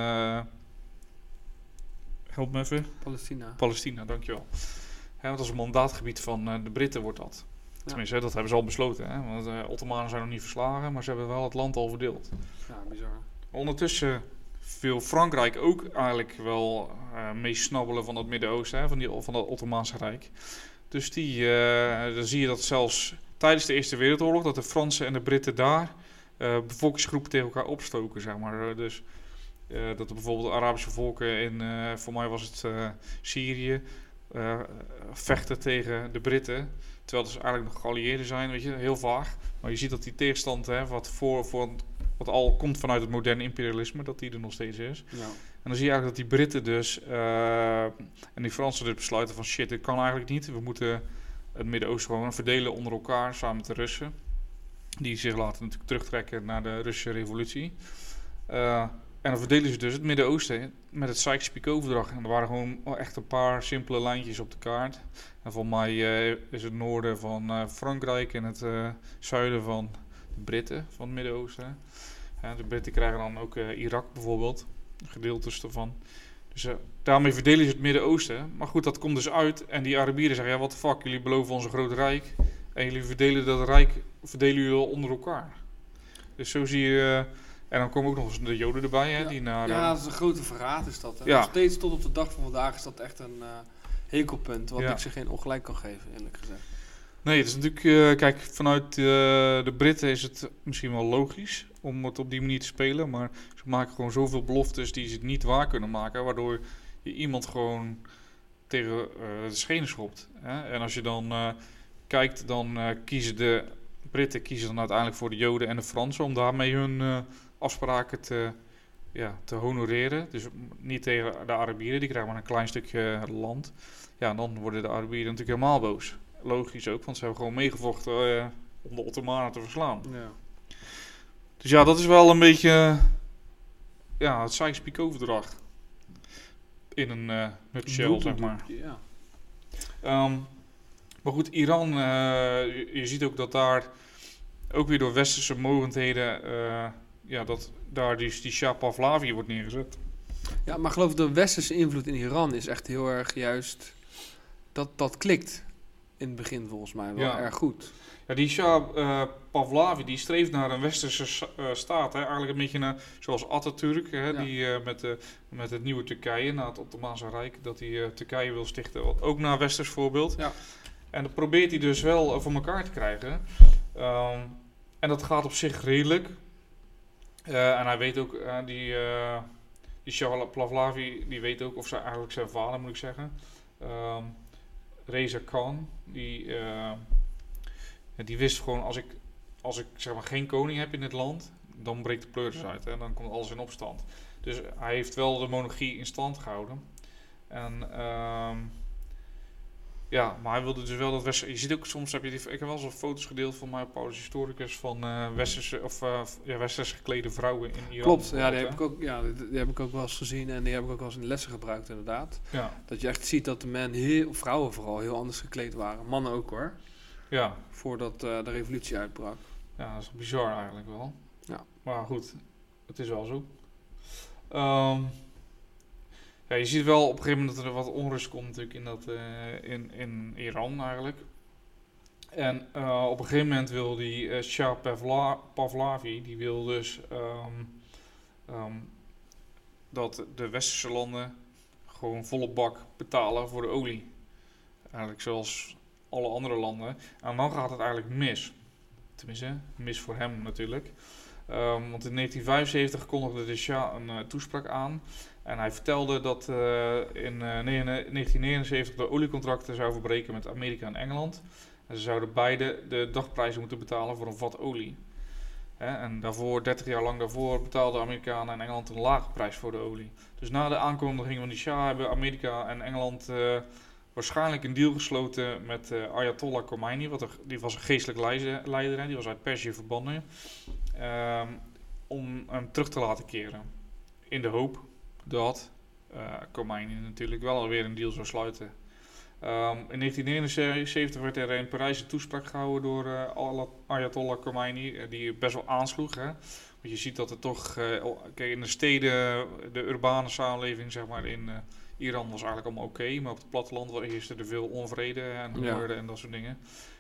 help me even. Palestina, dankjewel. Want dat is een mandaatgebied van de Britten wordt dat. Tenminste, dat hebben ze al besloten. Hè? Want de Ottomanen zijn nog niet verslagen, maar ze hebben wel het land al verdeeld. Ja, bizar. Ondertussen wil Frankrijk ook eigenlijk wel meesnabbelen van het Midden-Oosten, van dat Ottomaanse Rijk. Dus dan zie je dat zelfs tijdens de Eerste Wereldoorlog, dat de Fransen en de Britten daar bevolkingsgroepen tegen elkaar opstoken, zeg maar. Dus dat er bijvoorbeeld de Arabische volken in, voor mij was het Syrië, vechten tegen de Britten. Terwijl ze eigenlijk nog geallieerden zijn, weet je, heel vaag. Maar je ziet dat die tegenstand, wat al komt vanuit het moderne imperialisme, dat die er nog steeds is. Ja. En dan zie je eigenlijk dat die Britten dus, en die Fransen dus besluiten van shit, dit kan eigenlijk niet. We moeten het Midden-Oosten gewoon verdelen onder elkaar, samen met de Russen. Die zich laten natuurlijk terugtrekken naar de Russische revolutie. En dan verdelen ze dus het Midden-Oosten met het Sykes-Picot-verdrag. En er waren gewoon echt een paar simpele lijntjes op de kaart. En voor mij is het noorden van Frankrijk en het zuiden van de Britten van het Midden-Oosten. De Britten krijgen dan ook Irak bijvoorbeeld, gedeeltes ervan. Dus daarmee verdelen ze het Midden-Oosten. Maar goed, dat komt dus uit. En die Arabieren zeggen, ja, what the fuck, jullie beloven ons een groot rijk. En jullie verdelen dat rijk, jullie onder elkaar. Dus zo zie je... En dan komen ook nog eens de Joden erbij. Hè, die naar, dat is een grote verraad is dat. Ja. Nog steeds tot op de dag van vandaag is dat echt een hekelpunt. Wat ik ze geen ongelijk kan geven, eerlijk gezegd. Nee, het is natuurlijk, kijk, vanuit de Britten is het misschien wel logisch om het op die manier te spelen. Maar ze maken gewoon zoveel beloftes die ze niet waar kunnen maken. Waardoor je iemand gewoon tegen de schenen schopt. Hè? En als je dan kijkt, dan kiezen de Britten dan uiteindelijk voor de Joden en de Fransen. Om daarmee hun afspraken te honoreren. Dus niet tegen de Arabieren, die krijgen maar een klein stukje land. Ja, en dan worden de Arabieren natuurlijk helemaal boos. Logisch ook, want ze hebben gewoon meegevochten om de Ottomanen te verslaan. Ja. Dus ja, dat is wel een beetje het Sykes-Picot-verdrag. In een nutshell, zeg maar. Ja. Maar goed, Iran, je ziet ook dat daar ook weer door westerse mogendheden, dat daar die Shah Pahlavi wordt neergezet. Ja, maar geloof ik, de westerse invloed in Iran is echt heel erg juist, dat klikt in het begin volgens mij wel erg goed. Ja, die Shah Pahlavi die streeft naar een westerse staat. Hè? Eigenlijk een beetje zoals Atatürk, hè? Ja. Die met het nieuwe Turkije, na het Ottomaanse Rijk, dat hij Turkije wil stichten. Wat ook naar westers voorbeeld. Ja. En dat probeert hij dus wel voor elkaar te krijgen. En dat gaat op zich redelijk. En hij weet ook, die Shah Pahlavi, die weet ook, of eigenlijk zijn vader moet ik zeggen, Reza Khan, die wist gewoon, als ik zeg maar geen koning heb in het land, dan breekt de pleuris uit en dan komt alles in opstand. Dus hij heeft wel de monarchie in stand gehouden. En maar hij wilde dus wel dat westerse. Je ziet ook soms, ik heb wel eens foto's gedeeld van mij op Paulus Historicus van westerse geklede vrouwen in Iran. Klopt, ja, die heb ik ook wel eens gezien en die heb ik ook wel eens in de lessen gebruikt inderdaad. Ja. Dat je echt ziet dat de vrouwen vooral heel anders gekleed waren. Mannen ook hoor. Ja. Voordat de revolutie uitbrak. Ja, dat is bizar eigenlijk wel. Ja. Maar goed, het is wel zo. Je ziet wel op een gegeven moment dat er wat onrust komt natuurlijk in Iran eigenlijk. En op een gegeven moment wil die Shah Pahlavi, die wil dus dat de westerse landen gewoon volle bak betalen voor de olie. Eigenlijk zoals alle andere landen. En dan gaat het eigenlijk mis. Tenminste, mis voor hem natuurlijk. Want in 1975 kondigde de Shah een toespraak aan. En hij vertelde dat in 1979 de oliecontracten zouden verbreken met Amerika en Engeland. En ze zouden beide de dagprijzen moeten betalen voor een vat olie. En 30 jaar lang daarvoor betaalden Amerikanen en Engeland een lage prijs voor de olie. Dus na de aankondiging van die Shah hebben Amerika en Engeland waarschijnlijk een deal gesloten met Ayatollah Khomeini. Die was een geestelijk leider, hè, die was uit Perzië verbannen. Om hem terug te laten keren. In de hoop dat Khomeini natuurlijk wel alweer een deal zou sluiten. In 1979 werd er in Parijs een toespraak gehouden door Ayatollah Khomeini, die best wel aansloeg. Hè? Want je ziet dat er toch, in de steden, de urbane samenleving zeg maar, in Iran was eigenlijk allemaal oké, maar op het platteland heerste er veel onvrede en honger en dat soort dingen.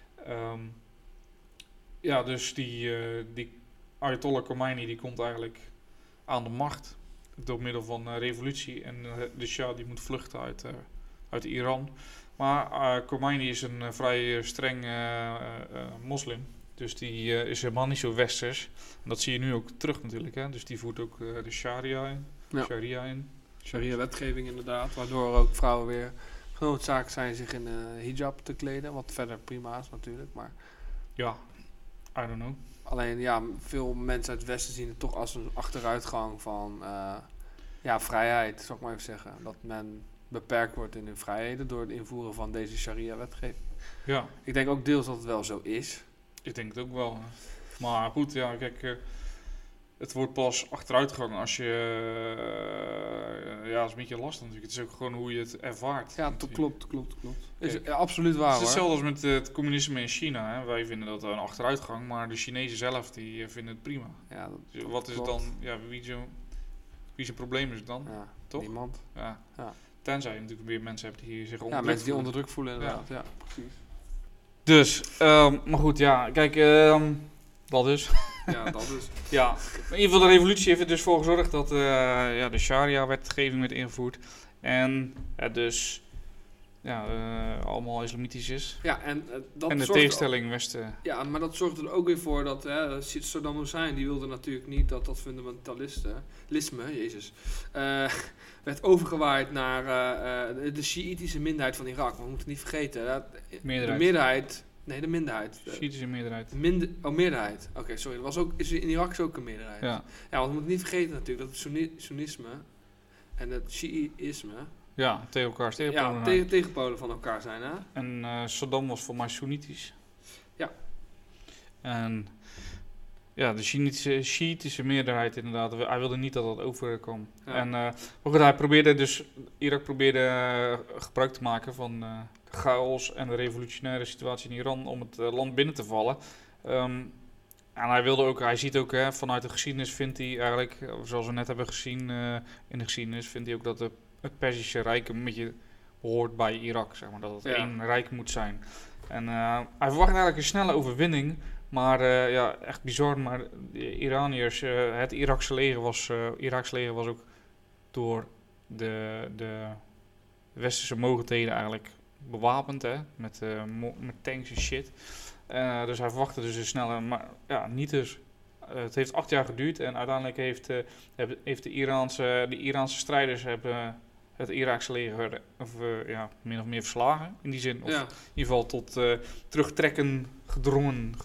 Dus die Ayatollah Khomeini die komt eigenlijk aan de macht door middel van revolutie en de Shah die moet vluchten uit Iran. Maar Khomeini is een vrij streng moslim, dus die is helemaal niet zo westers. En dat zie je nu ook terug natuurlijk, hè? Dus die voert ook de sharia in. Sharia-wetgeving inderdaad, waardoor ook vrouwen weer genoodzaakt zijn zich in hijab te kleden, wat verder prima is natuurlijk, maar... Ja, I don't know. Alleen veel mensen uit het Westen zien het toch als een achteruitgang van vrijheid, zou ik maar even zeggen. Dat men beperkt wordt in hun vrijheden door het invoeren van deze sharia-wetgeving. Ja. Ik denk ook deels dat het wel zo is. Ik denk het ook wel. Maar goed, kijk, het wordt pas achteruitgang als je... dat is een beetje lastig natuurlijk. Het is ook gewoon hoe je het ervaart. Ja, dat klopt. Is absoluut waar. Het is hetzelfde als met het communisme in China. Hè. Wij vinden dat een achteruitgang, maar de Chinezen zelf die vinden het prima. Ja, dus wat is het dan? Ja, wie zijn probleem is het dan? Ja, toch? Niemand. Ja. Tenzij je natuurlijk weer mensen hebt die zich onder mensen die onder druk voelen inderdaad. Ja, precies. Dus, maar goed, kijk, dat is. Ja, dat is. Ja, in ieder geval de revolutie heeft er dus voor gezorgd dat de sharia-wetgeving werd ingevoerd. En dus allemaal islamitisch is. Ja, en dat en de tegenstelling Westen. Ja, maar dat zorgt er ook weer voor dat Saddam Hussein, die wilde natuurlijk niet dat fundamentalisme, werd overgewaaid naar de Sjiïtische minderheid van Irak. We moeten niet vergeten, de minderheid. Sjiïtische meerderheid. Meerderheid. Oké, sorry. In Irak is ook een meerderheid. Ja, want we moeten niet vergeten natuurlijk dat het Soenisme en het Sjiïsme tegen elkaar tegenpolen van elkaar zijn. Hè? En Saddam was voor mij Soenitisch. Ja. En de Sjiïtische meerderheid inderdaad. Hij wilde niet dat dat overkwam. Ja. En hij probeerde Irak probeerde gebruik te maken van de chaos en de revolutionaire situatie in Iran om het land binnen te vallen. En hij ziet ook vanuit de geschiedenis vindt hij eigenlijk, zoals we net hebben gezien in de geschiedenis, vindt hij ook dat het Perzische Rijk een beetje behoort bij Irak, zeg maar, dat het één rijk moet zijn. En hij verwacht eigenlijk een snelle overwinning, maar echt bizar, maar de Iraniërs, het Iraakse leger was ook door de westerse mogendheden eigenlijk bewapend, met tanks en shit. Dus hij verwachtte dus een snelle, maar niet dus. Het heeft 8 jaar geduurd en uiteindelijk heeft de Iraanse strijders het Iraakse leger min of meer verslagen. In die zin, of in ieder geval tot terugtrekken gedrongen.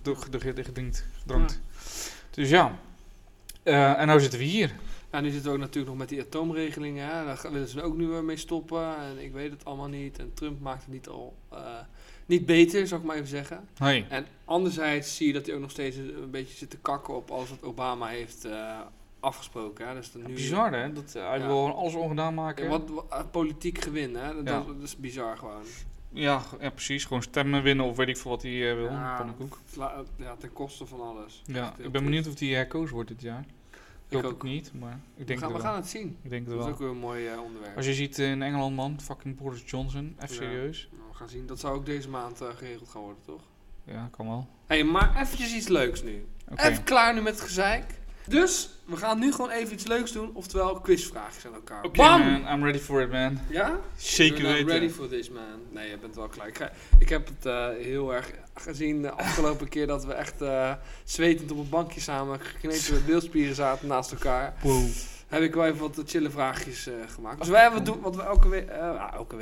Dus en nu zitten we hier. Ja, nu zitten we ook natuurlijk nog met die atoomregelingen. Hè. Daar willen ze ook nu mee stoppen. En ik weet het allemaal niet. En Trump maakt het niet beter, zou ik maar even zeggen. Hey. En anderzijds zie je dat hij ook nog steeds een beetje zit te kakken op alles wat Obama heeft afgesproken. Hè. Dus nu, bizar, hè? Dat hij wil alles ongedaan maken. Wat politiek gewin, hè? Dat is bizar gewoon. Ja, precies. Gewoon stemmen winnen of weet ik veel wat hij wil. Pannenkoek. Ten koste van alles. Ja, ik ben benieuwd of hij herkozen wordt dit jaar. Ik hoop het niet, maar ik denk we gaan het zien. Ik denk het dat wel. is ook weer een mooi onderwerp. Als je ziet in Engeland, man, fucking Boris Johnson, even serieus. We gaan zien. Dat zou ook deze maand geregeld gaan worden, toch? Ja, kan wel. Hey, maar eventjes iets leuks nu. Okay. Even klaar nu met het gezeik. Dus, we gaan nu gewoon even iets leuks doen. Oftewel, quizvraagjes aan elkaar. Oké, man. I'm ready for it, man. Ja? Zeker weten. Ready for this, man. Nee, je bent wel klaar. Ik heb het heel erg gezien de afgelopen keer dat we echt zwetend op een bankje samen geknepen beelspieren zaten naast elkaar. Wow. Heb ik wel even wat chille vraagjes gemaakt. Dus wij hebben wat we elke week... elke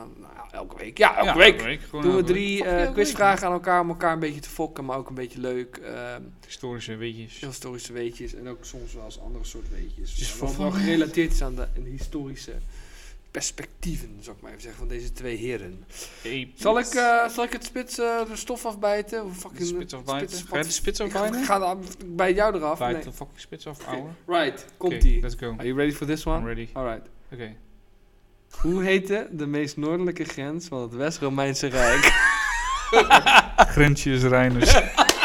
week doen we 3 quizvragen aan elkaar om elkaar een beetje te fokken, maar ook een beetje leuk. Historische weetjes. En ook soms wel eens andere soort weetjes. Dus wat wel gerelateerd is aan de historische perspectieven, zou ik maar even zeggen, van deze 2 heren. Zal ik het de stof afbijten? Spits afbijten? Ga je de spits afbijten? Ik ga bij jou eraf. Bijt de fucking spits af, ouwe. Right, komt-ie. Let's go. Are you ready for this one? I'm ready. Alright. Oké. Hoe heette de meest noordelijke grens van het West-Romeinse Rijk? Grensjes Reiners.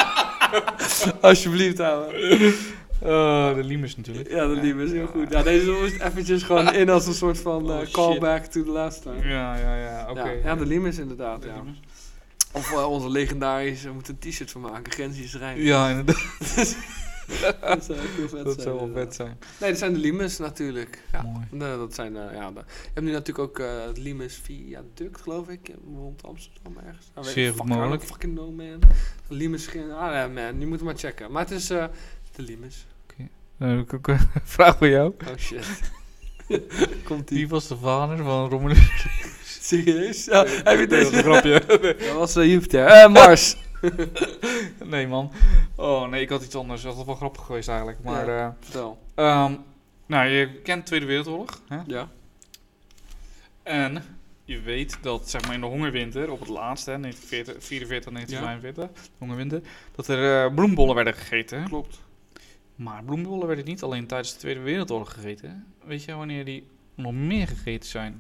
Alsjeblieft, ouwe. De Limes natuurlijk. Ja, de Limes, heel goed. Ja, deze moest eventjes gewoon in als een soort van callback to the last time. Ja, oké. Ja, de Limes inderdaad, de ja. Limes. Of onze legendarische, we moeten een t-shirt van maken, Grensjes Rijn. Ja, inderdaad. Dat zou echt heel vet zijn. Dat zou wel vet zijn. Nee, dat zijn de Limes natuurlijk. Ja. Mooi. Nee, dat zijn, je hebt nu natuurlijk ook het Limes Viaduct, geloof ik, rond Amsterdam ergens. Zeer goed mogelijk. Fucking no, man. Limes, man, die moeten maar checken. Maar het is de Limes. Dan heb ik ook een vraag voor jou. Oh shit. Komt-ie. Wie was de vader van Romulus? Serieus? Ja, heb je deze? Dat grapje. Dat was Jupiter. Mars. Nee, man. Oh, nee, ik had iets anders. Dat was wel grappig geweest eigenlijk. Maar, vertel. Je kent de Tweede Wereldoorlog. Hè? Ja. En je weet dat, zeg maar, in de hongerwinter, op het laatste, 1944, 1945, de hongerwinter, dat er bloembollen werden gegeten. Klopt. Maar bloembollen werden niet alleen tijdens de Tweede Wereldoorlog gegeten. Weet je wanneer die nog meer gegeten zijn?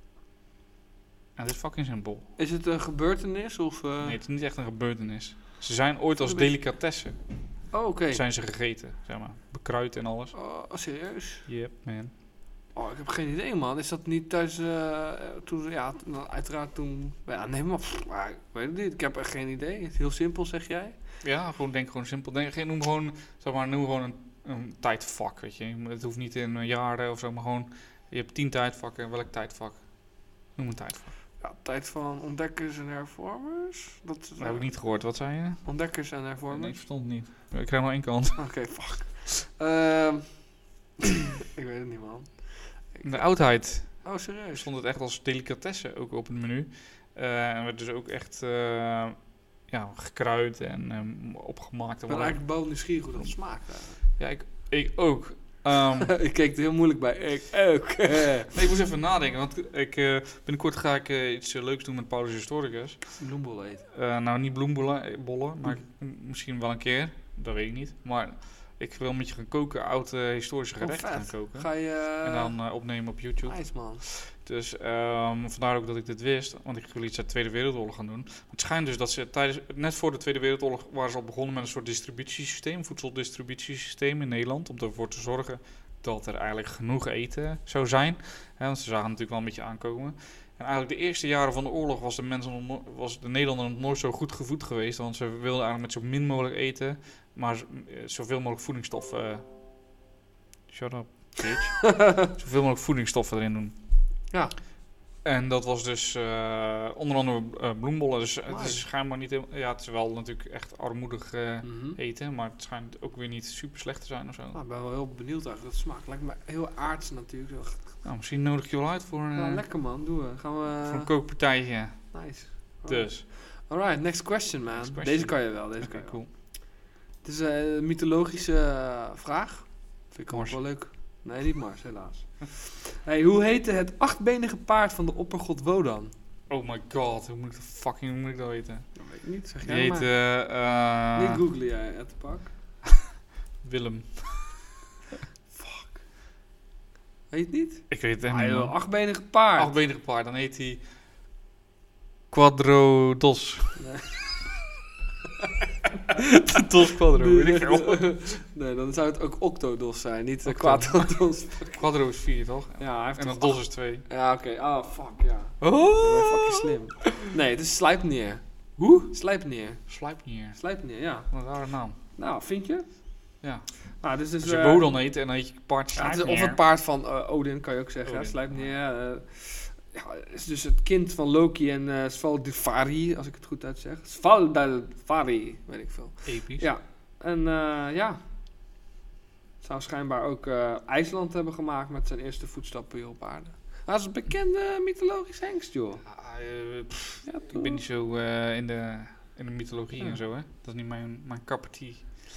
En het is fucking simpel. Is het een gebeurtenis of... Nee, het is niet echt een gebeurtenis. Ze zijn ooit als delicatessen. Oh, oké. Zijn ze gegeten, zeg maar. Bekruid en alles. Oh, serieus? Yep, man. Oh, ik heb geen idee, man. Is dat niet thuis toen... Ja, uiteraard toen... Ja, nee, maar ik weet het niet. Ik heb echt geen idee. Het is heel simpel, zeg jij? Ja, denk gewoon simpel. Noem gewoon een tijdvak, weet je. Het hoeft niet in jaren of zo, maar gewoon... Je hebt 10 tijdvakken. Welk tijdvak? Noem een tijdvak. Ja, tijd van ontdekkers en hervormers. Dat heb ik niet gehoord. Wat zei je? Ontdekkers en hervormers. Nee, ik verstond het niet. Ik krijg maar 1 kant. Oké, fuck. Ik weet het niet, man. De oudheid. Oh, serieus? Stond het echt als delicatesse ook op het menu. En werd dus ook echt gekruid en opgemaakt. Ik ben eigenlijk boven nieuwsgierig hoe dat smaakt. Ja, ik ook. Ik keek er heel moeilijk bij. Ik ook. Nee, ik moest even nadenken, want binnenkort ga ik iets leuks doen met Paulus Historicus. Bloembollen eten. Nou, niet bloembollen, maar misschien wel een keer. Dat weet ik niet. Maar ik wil met je gaan koken, oude historische gerechten gaan koken. Ga je... En dan opnemen op YouTube. Nice, man. Dus vandaar ook dat ik dit wist, want ik wil iets uit de Tweede Wereldoorlog gaan doen. Het schijnt dus dat ze net voor de Tweede Wereldoorlog waren ze al begonnen met een soort distributiesysteem, voedseldistributiesysteem in Nederland, om ervoor te zorgen dat er eigenlijk genoeg eten zou zijn. Want ze zagen natuurlijk wel een beetje aankomen. En eigenlijk de eerste jaren van de oorlog was de Nederlander nog nooit zo goed gevoed geweest, want ze wilden eigenlijk met zo min mogelijk eten, maar zoveel mogelijk voedingsstoffen... Shut up, bitch. Zoveel mogelijk voedingsstoffen erin doen. Ja. En dat was dus onder andere bloembollen. Dus het is schijnbaar niet heel... Ja, het is wel natuurlijk echt armoedig eten. Maar het schijnt ook weer niet super slecht te zijn of zo. Nou, ik ben wel heel benieuwd eigenlijk. Dat smaakt lijkt me heel aards natuurlijk. Nou, misschien nodig je wel uit voor... lekker man, doen we. Gaan we... Voor een kookpartijtje. Nice. Dus. Alright, next question man. Next question. Deze kan je wel. Deze kan je cool. Het is een mythologische vraag. Vind ik ook wel leuk. Nee, niet Mars, helaas. Hey, hoe heette het 8-benige paard van de oppergod Wodan? Oh my god, hoe moet ik dat weten? Dat weet ik niet, zeg jij maar. Niet googlen jij, at the pak. Willem. Fuck. Weet je het niet? Ik weet het echt niet. 8-benige paard. 8-benige paard, dan heet hij... Quadrodos. Nee. Dos Quadro, weet ik veel. Nee, dan zou het ook Octodos zijn, niet Quadrodos. Quadro is 4, toch? Ja, hij heeft en dan Dos is 2. Ja, oké. Oh, fuck, ja. Oh! Fucking slim. Nee, het is Sleipnir. Hoe? Sleipnir. Sleipnir, ja. Wat een rare naam. Nou, vind je? Ja. Nou, dus als je Wodan heet en dan heet je paard Sleipnir. Of het paard van Odin, kan je ook zeggen. Sleipnir. Is dus het kind van Loki en Svaldilfari, als ik het goed uitszeg. Svaldilfari, weet ik veel. Episch. Ja. En zou schijnbaar ook IJsland hebben gemaakt met zijn eerste voetstappen hier op aarde. Dat is een bekende mythologische hengst, joh. Ik ben niet zo in de mythologie en zo, hè. Dat is niet mijn cup of tea.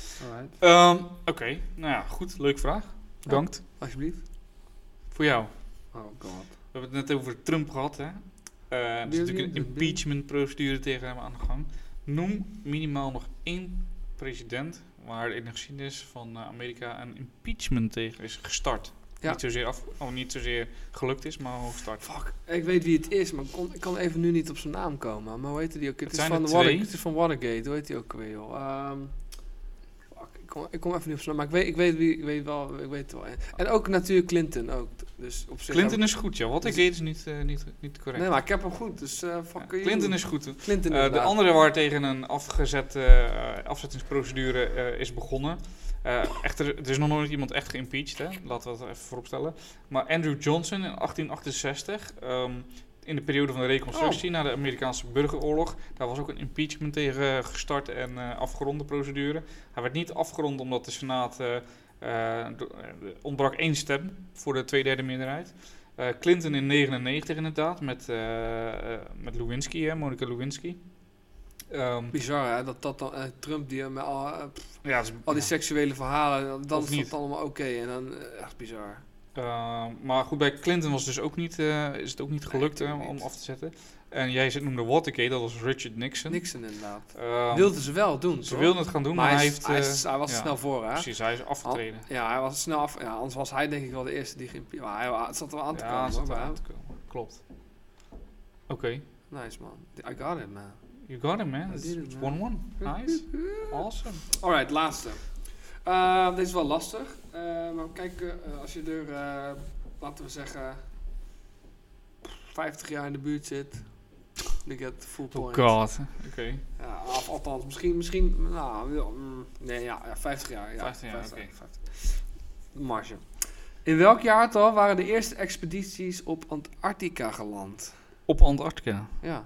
Oké, nou ja, goed. Leuke vraag. Bedankt. Alsjeblieft. Voor jou. Oh god. We hebben het net over Trump gehad, hè. Er is natuurlijk een impeachment-procedure tegen hem aan de gang. Noem minimaal nog 1 president waar in de geschiedenis van Amerika een impeachment tegen is gestart. Ja. Niet zozeer gelukt is, maar al gestart. Fuck, ik weet wie het is, maar ik kan even nu niet op zijn naam komen. Maar hoe heet die ook? Het is van Watergate, hoe heet die ook weer, joh? Ik kom even niet op zijn naam, maar ik weet het wel. En ook natuurlijk Clinton ook. Dus op zich Clinton is goed, ja. Watergate is niet correct. Nee, maar ik heb hem goed, dus Clinton is goed. Clinton de andere waar tegen een afzettingsprocedure is begonnen. Echter, er is nog nooit iemand echt geïmpeached, hè? Laten we dat even vooropstellen. Maar Andrew Johnson in 1868, in de periode van de Reconstructie na de Amerikaanse burgeroorlog, daar was ook een impeachment tegen gestart en afgeronde procedure. Hij werd niet afgerond omdat de Senaat ontbrak 1 stem voor de 2/3 meerderheid. Clinton in 1999 inderdaad, met Lewinsky, Monica Lewinsky. Bizar, hè? Dat dan Trump die met al die seksuele verhalen, dan is het allemaal oké. En dan echt bizar. Maar goed, bij Clinton was dus ook niet, is het ook niet gelukt om af te zetten. En jij noemde Watergate, dat was Richard Nixon. Nixon inderdaad. Wilden ze wel doen, Ze wilden het gaan doen, maar hij was snel voor, hè? Precies, hij is afgetreden. Hij was snel af. Ja, anders was hij denk ik wel de eerste die ging... Maar hij zat er wel aan te komen. Ja, zat er aan te komen. Klopt. Oké. Nice, man. I got it, man. You got it, man. It's 1-1. Nice. Awesome. Alright, laatste. Deze is wel lastig. Maar kijk, als je er, laten we zeggen, 50 jaar in de buurt zit, dan get full point. Oh god. Oké. Ja, althans, misschien, nou, nee, ja, 50 jaar. Ja, 50 jaar, oké. Marge. In welk jaartal waren de eerste expedities op Antarctica geland? Op Antarctica. Ja.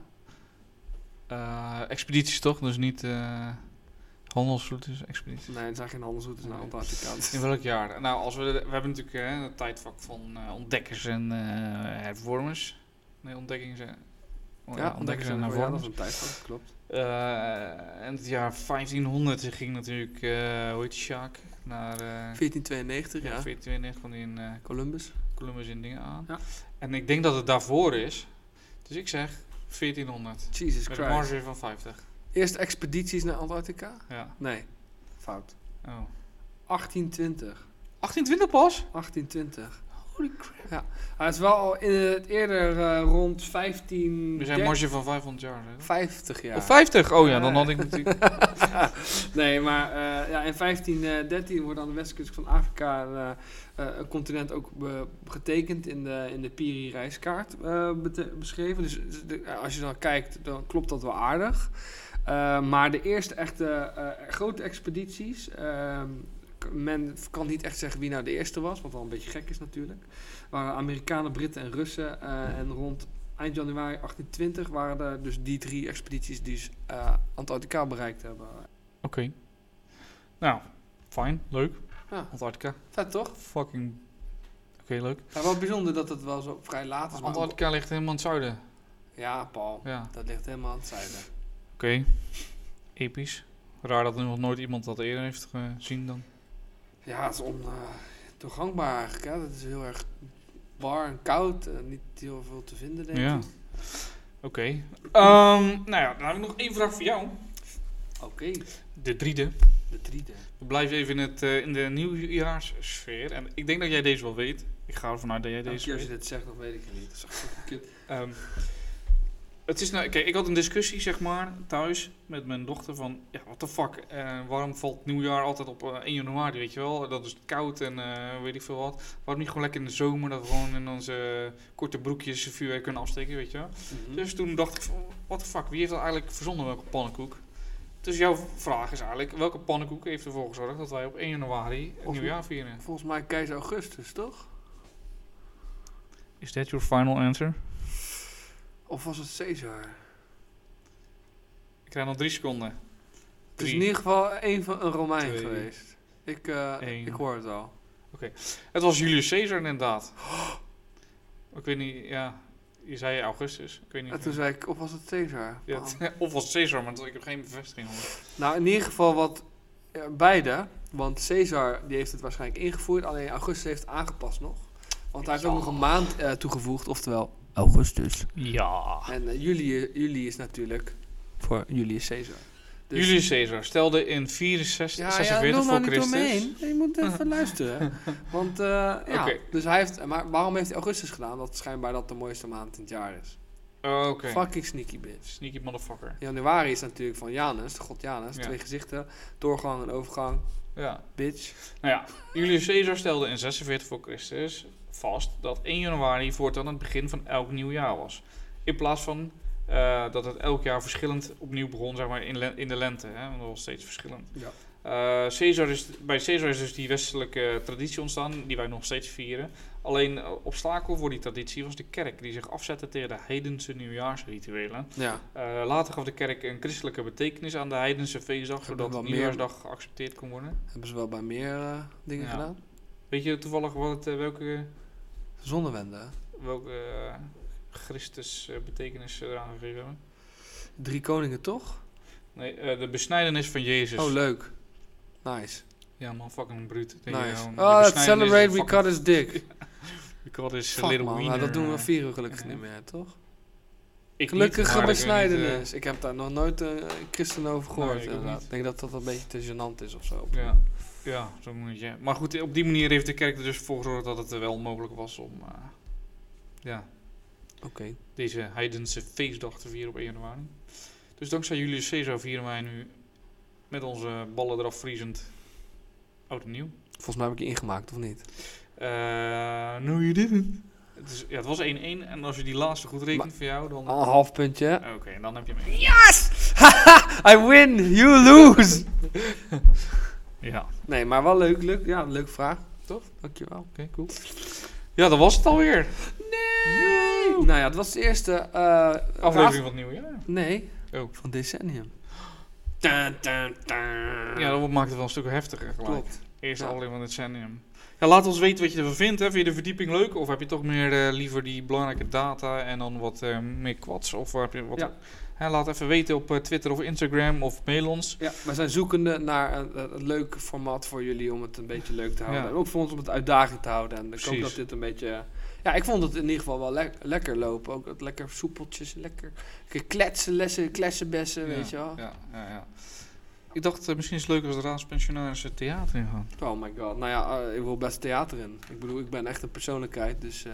Expedities toch? Dus niet handelsroutes, expedities. Nee, er zijn geen handelsroutes naar Antarctica. In welk jaar? Nou, we hebben natuurlijk een tijdvak van ontdekkers en hervormers. Nee, ontdekkingen zijn... ontdekkers en hervormers. Ja, dat is een tijdvak, klopt. En het jaar 1500 ging natuurlijk, hoe heet die Sjaak? Naar... 1492, ja. 1492 kwam die in... Columbus in dingen aan. Ja. En ik denk dat het daarvoor is. Dus ik zeg 1400. Jesus Met Christ. een marge van 50. Eerste expedities naar Antarctica? Ja. Nee, fout. Oh. 1820. 1820 pas? 1820. Holy crap. Ja. Hij is wel al in het eerder rond 15... We zijn marge van 500 jaar. Hè? 50 jaar. Oh, 50? Oh ja, dan had ik natuurlijk... Nee, maar in 1513 wordt aan de westkust van Afrika een continent ook getekend in de Piri-reiskaart beschreven. Dus als je dan kijkt, dan klopt dat wel aardig. Maar de eerste echte grote expedities... men kan niet echt zeggen wie nou de eerste was, wat wel een beetje gek is natuurlijk. Waren Amerikanen, Britten en Russen. En rond eind januari 1820 waren er dus die 3 expedities die Antarctica bereikt hebben. Oké. Nou, fijn, leuk. Ja. Antarctica. Vet toch? Fucking... Oké, leuk. Ja, wel bijzonder dat het wel zo vrij laat is. Maar Antarctica ligt helemaal in het zuiden. Ja, Paul. Ja. Dat ligt helemaal aan het zuiden. Oké. Episch. Raar dat er nog nooit iemand dat eerder heeft gezien dan. Ja, het is ontoegankbaar eigenlijk. Hè? Het is heel erg bar en koud. Niet heel veel te vinden, denk ik. Oké. Nou ja, dan heb ik nog 1 vraag voor jou. Oké. De driede. We blijven even in de nieuwjaarssfeer. En ik denk dat jij deze wel weet. Ik ga ervan uit dat jij deze weet. Als je dit zegt, dan weet ik het niet. Dat is echt kut. Het is nou, kijk, ik had een discussie, zeg maar, thuis met mijn dochter van, ja, what the fuck, waarom valt nieuwjaar altijd op 1 januari, weet je wel? Dat is koud en weet ik veel wat. Waarom niet gewoon lekker in de zomer, dat we gewoon in onze korte broekjes vuurwerk kunnen afsteken, weet je wel? Mm-hmm. Dus toen dacht ik van, what the fuck, wie heeft dat eigenlijk verzonnen, welke pannenkoek? Dus jouw vraag is eigenlijk, welke pannenkoek heeft ervoor gezorgd dat wij op 1 januari het nieuwjaar vieren? Volgens mij keizer Augustus, toch? Is that your final answer? Of was het Caesar? Ik krijg nog 3 seconden. Het is in ieder geval een Romein 2, geweest. Ik hoor het al. Oké. Het was Julius Caesar inderdaad. Ik weet niet, ja... Je zei Augustus. Ik weet niet. En toen zei ik, of was het Caesar? Ja, of was het Caesar, maar ik heb geen bevestiging over. Nou, in ieder geval beide. Want Caesar die heeft het waarschijnlijk ingevoerd. Alleen Augustus heeft het aangepast nog. Want hij heeft ook nog een maand toegevoegd. Oftewel Augustus. Ja. En juli is natuurlijk voor Julius Caesar. Dus Julius Caesar stelde in 46 voor Christus. Je moet even luisteren. Want dus hij heeft... Maar waarom heeft hij Augustus gedaan? Dat schijnbaar dat de mooiste maand in het jaar is. Oké. Fucking sneaky bitch. Sneaky motherfucker. Januari is natuurlijk van Janus, de god Janus. 2 gezichten, doorgang en overgang. Ja. Bitch. Nou ja, Julius Caesar stelde in 46 voor Christus vast dat 1 januari voortaan het begin van elk nieuw jaar was. In plaats van dat het elk jaar verschillend opnieuw begon, zeg maar, in de lente. Hè? Want dat was steeds verschillend. Ja. Bij Caesar is dus die westelijke traditie ontstaan, die wij nog steeds vieren. Alleen obstakel voor die traditie was de kerk, die zich afzette tegen de heidense nieuwjaarsrituelen. Ja. Later gaf de kerk een christelijke betekenis aan de heidense feestdag, zodat de nieuwjaarsdag geaccepteerd kon worden. Hebben ze wel bij meer dingen gedaan? Weet je toevallig welke... Zonnewende. Welke Christus betekenis eraan gegeven hebben? 3 koningen, toch? Nee, de besnijdenis van Jezus. Oh, leuk. Nice. Ja man, fucking bruut. Nice. Let's celebrate we cut his dick. We cut his little wiener. Dat doen we vieren gelukkig niet meer, toch? Gelukkige besnijdenis. Ik heb daar nog nooit een christen over gehoord. Ik denk dat dat een beetje te gênant is of zo. Ja, zo moet je. Maar goed, op die manier heeft de kerk er dus voor gezorgd dat het wel mogelijk was om deze heidense feestdag te vieren op 1 januari. Dus dankzij Julius Caesar vieren wij nu met onze ballen eraf vriezend oud en nieuw. Volgens mij heb ik je ingemaakt, of niet? No, you didn't. Het was 1-1 en als je die laatste goed rekent voor jou, dan... Al een half puntje. Oké, en dan heb je hem. Yes! I win, you lose! Ja. Nee, maar wel leuk. Ja, leuke vraag. Toch? Dankjewel. Oké, cool. Ja, dat was het alweer. Nee! Nou ja, het was de eerste... aflevering van het nieuwe jaar. Nee, van Decennium. Ja, dat maakt het wel een stuk heftiger gelijk. Klopt. Eerste aflevering van Decennium. Ja, laat ons weten wat je ervan vindt. Hè. Vind je de verdieping leuk? Of heb je toch meer liever die belangrijke data en dan wat meer kwads? Of heb je wat... Ja. Laat even weten op Twitter of Instagram of mail ons. Ja, we zijn zoekende naar een leuk format voor jullie om het een beetje leuk te houden. Ja. En ook voor ons om het uitdaging te houden. En ik hoop Precies. dat dit een beetje... Ja, ik vond het in ieder geval wel lekker lopen. Ook het lekker soepeltjes, lekker klessenbessen, weet je wel. Ja. Ik dacht, misschien is het leuk als de raadspensionarissen theater ingaan. Oh my god. Nou ja, ik wil best theater in. Ik bedoel, ik ben echt een persoonlijkheid, dus...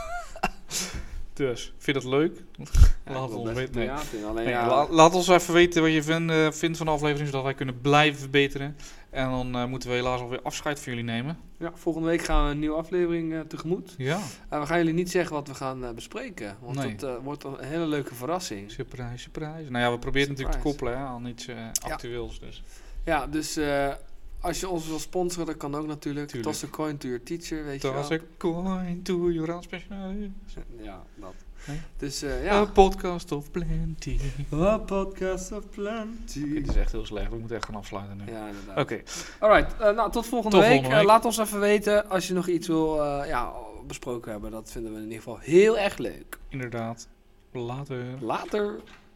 Dus, vind je dat leuk? Laat ons weten. Nee. Laat ons even weten wat je vindt van de aflevering, zodat wij kunnen blijven verbeteren. En dan moeten we helaas alweer afscheid van jullie nemen. Ja, volgende week gaan we een nieuwe aflevering tegemoet. Ja. We gaan jullie niet zeggen wat we gaan bespreken, want dat wordt een hele leuke verrassing. Surprise. Nou ja, we proberen het natuurlijk te koppelen aan iets actueels. Dus. Ja, dus als je ons wil sponsoren, dat kan ook natuurlijk. Toss a coin to your teacher, weet je wel. Toss a coin to your raadspensionaris. Ja, dat. Nee? Dus A podcast of plenty. A podcast of plenty. Okay, dit is echt heel slecht. We moeten echt gaan afsluiten nu. Ja, inderdaad. Oké. Alright, nou tot volgende week. Laat ons even weten als je nog iets wil besproken hebben. Dat vinden we in ieder geval heel erg leuk. Inderdaad. Later.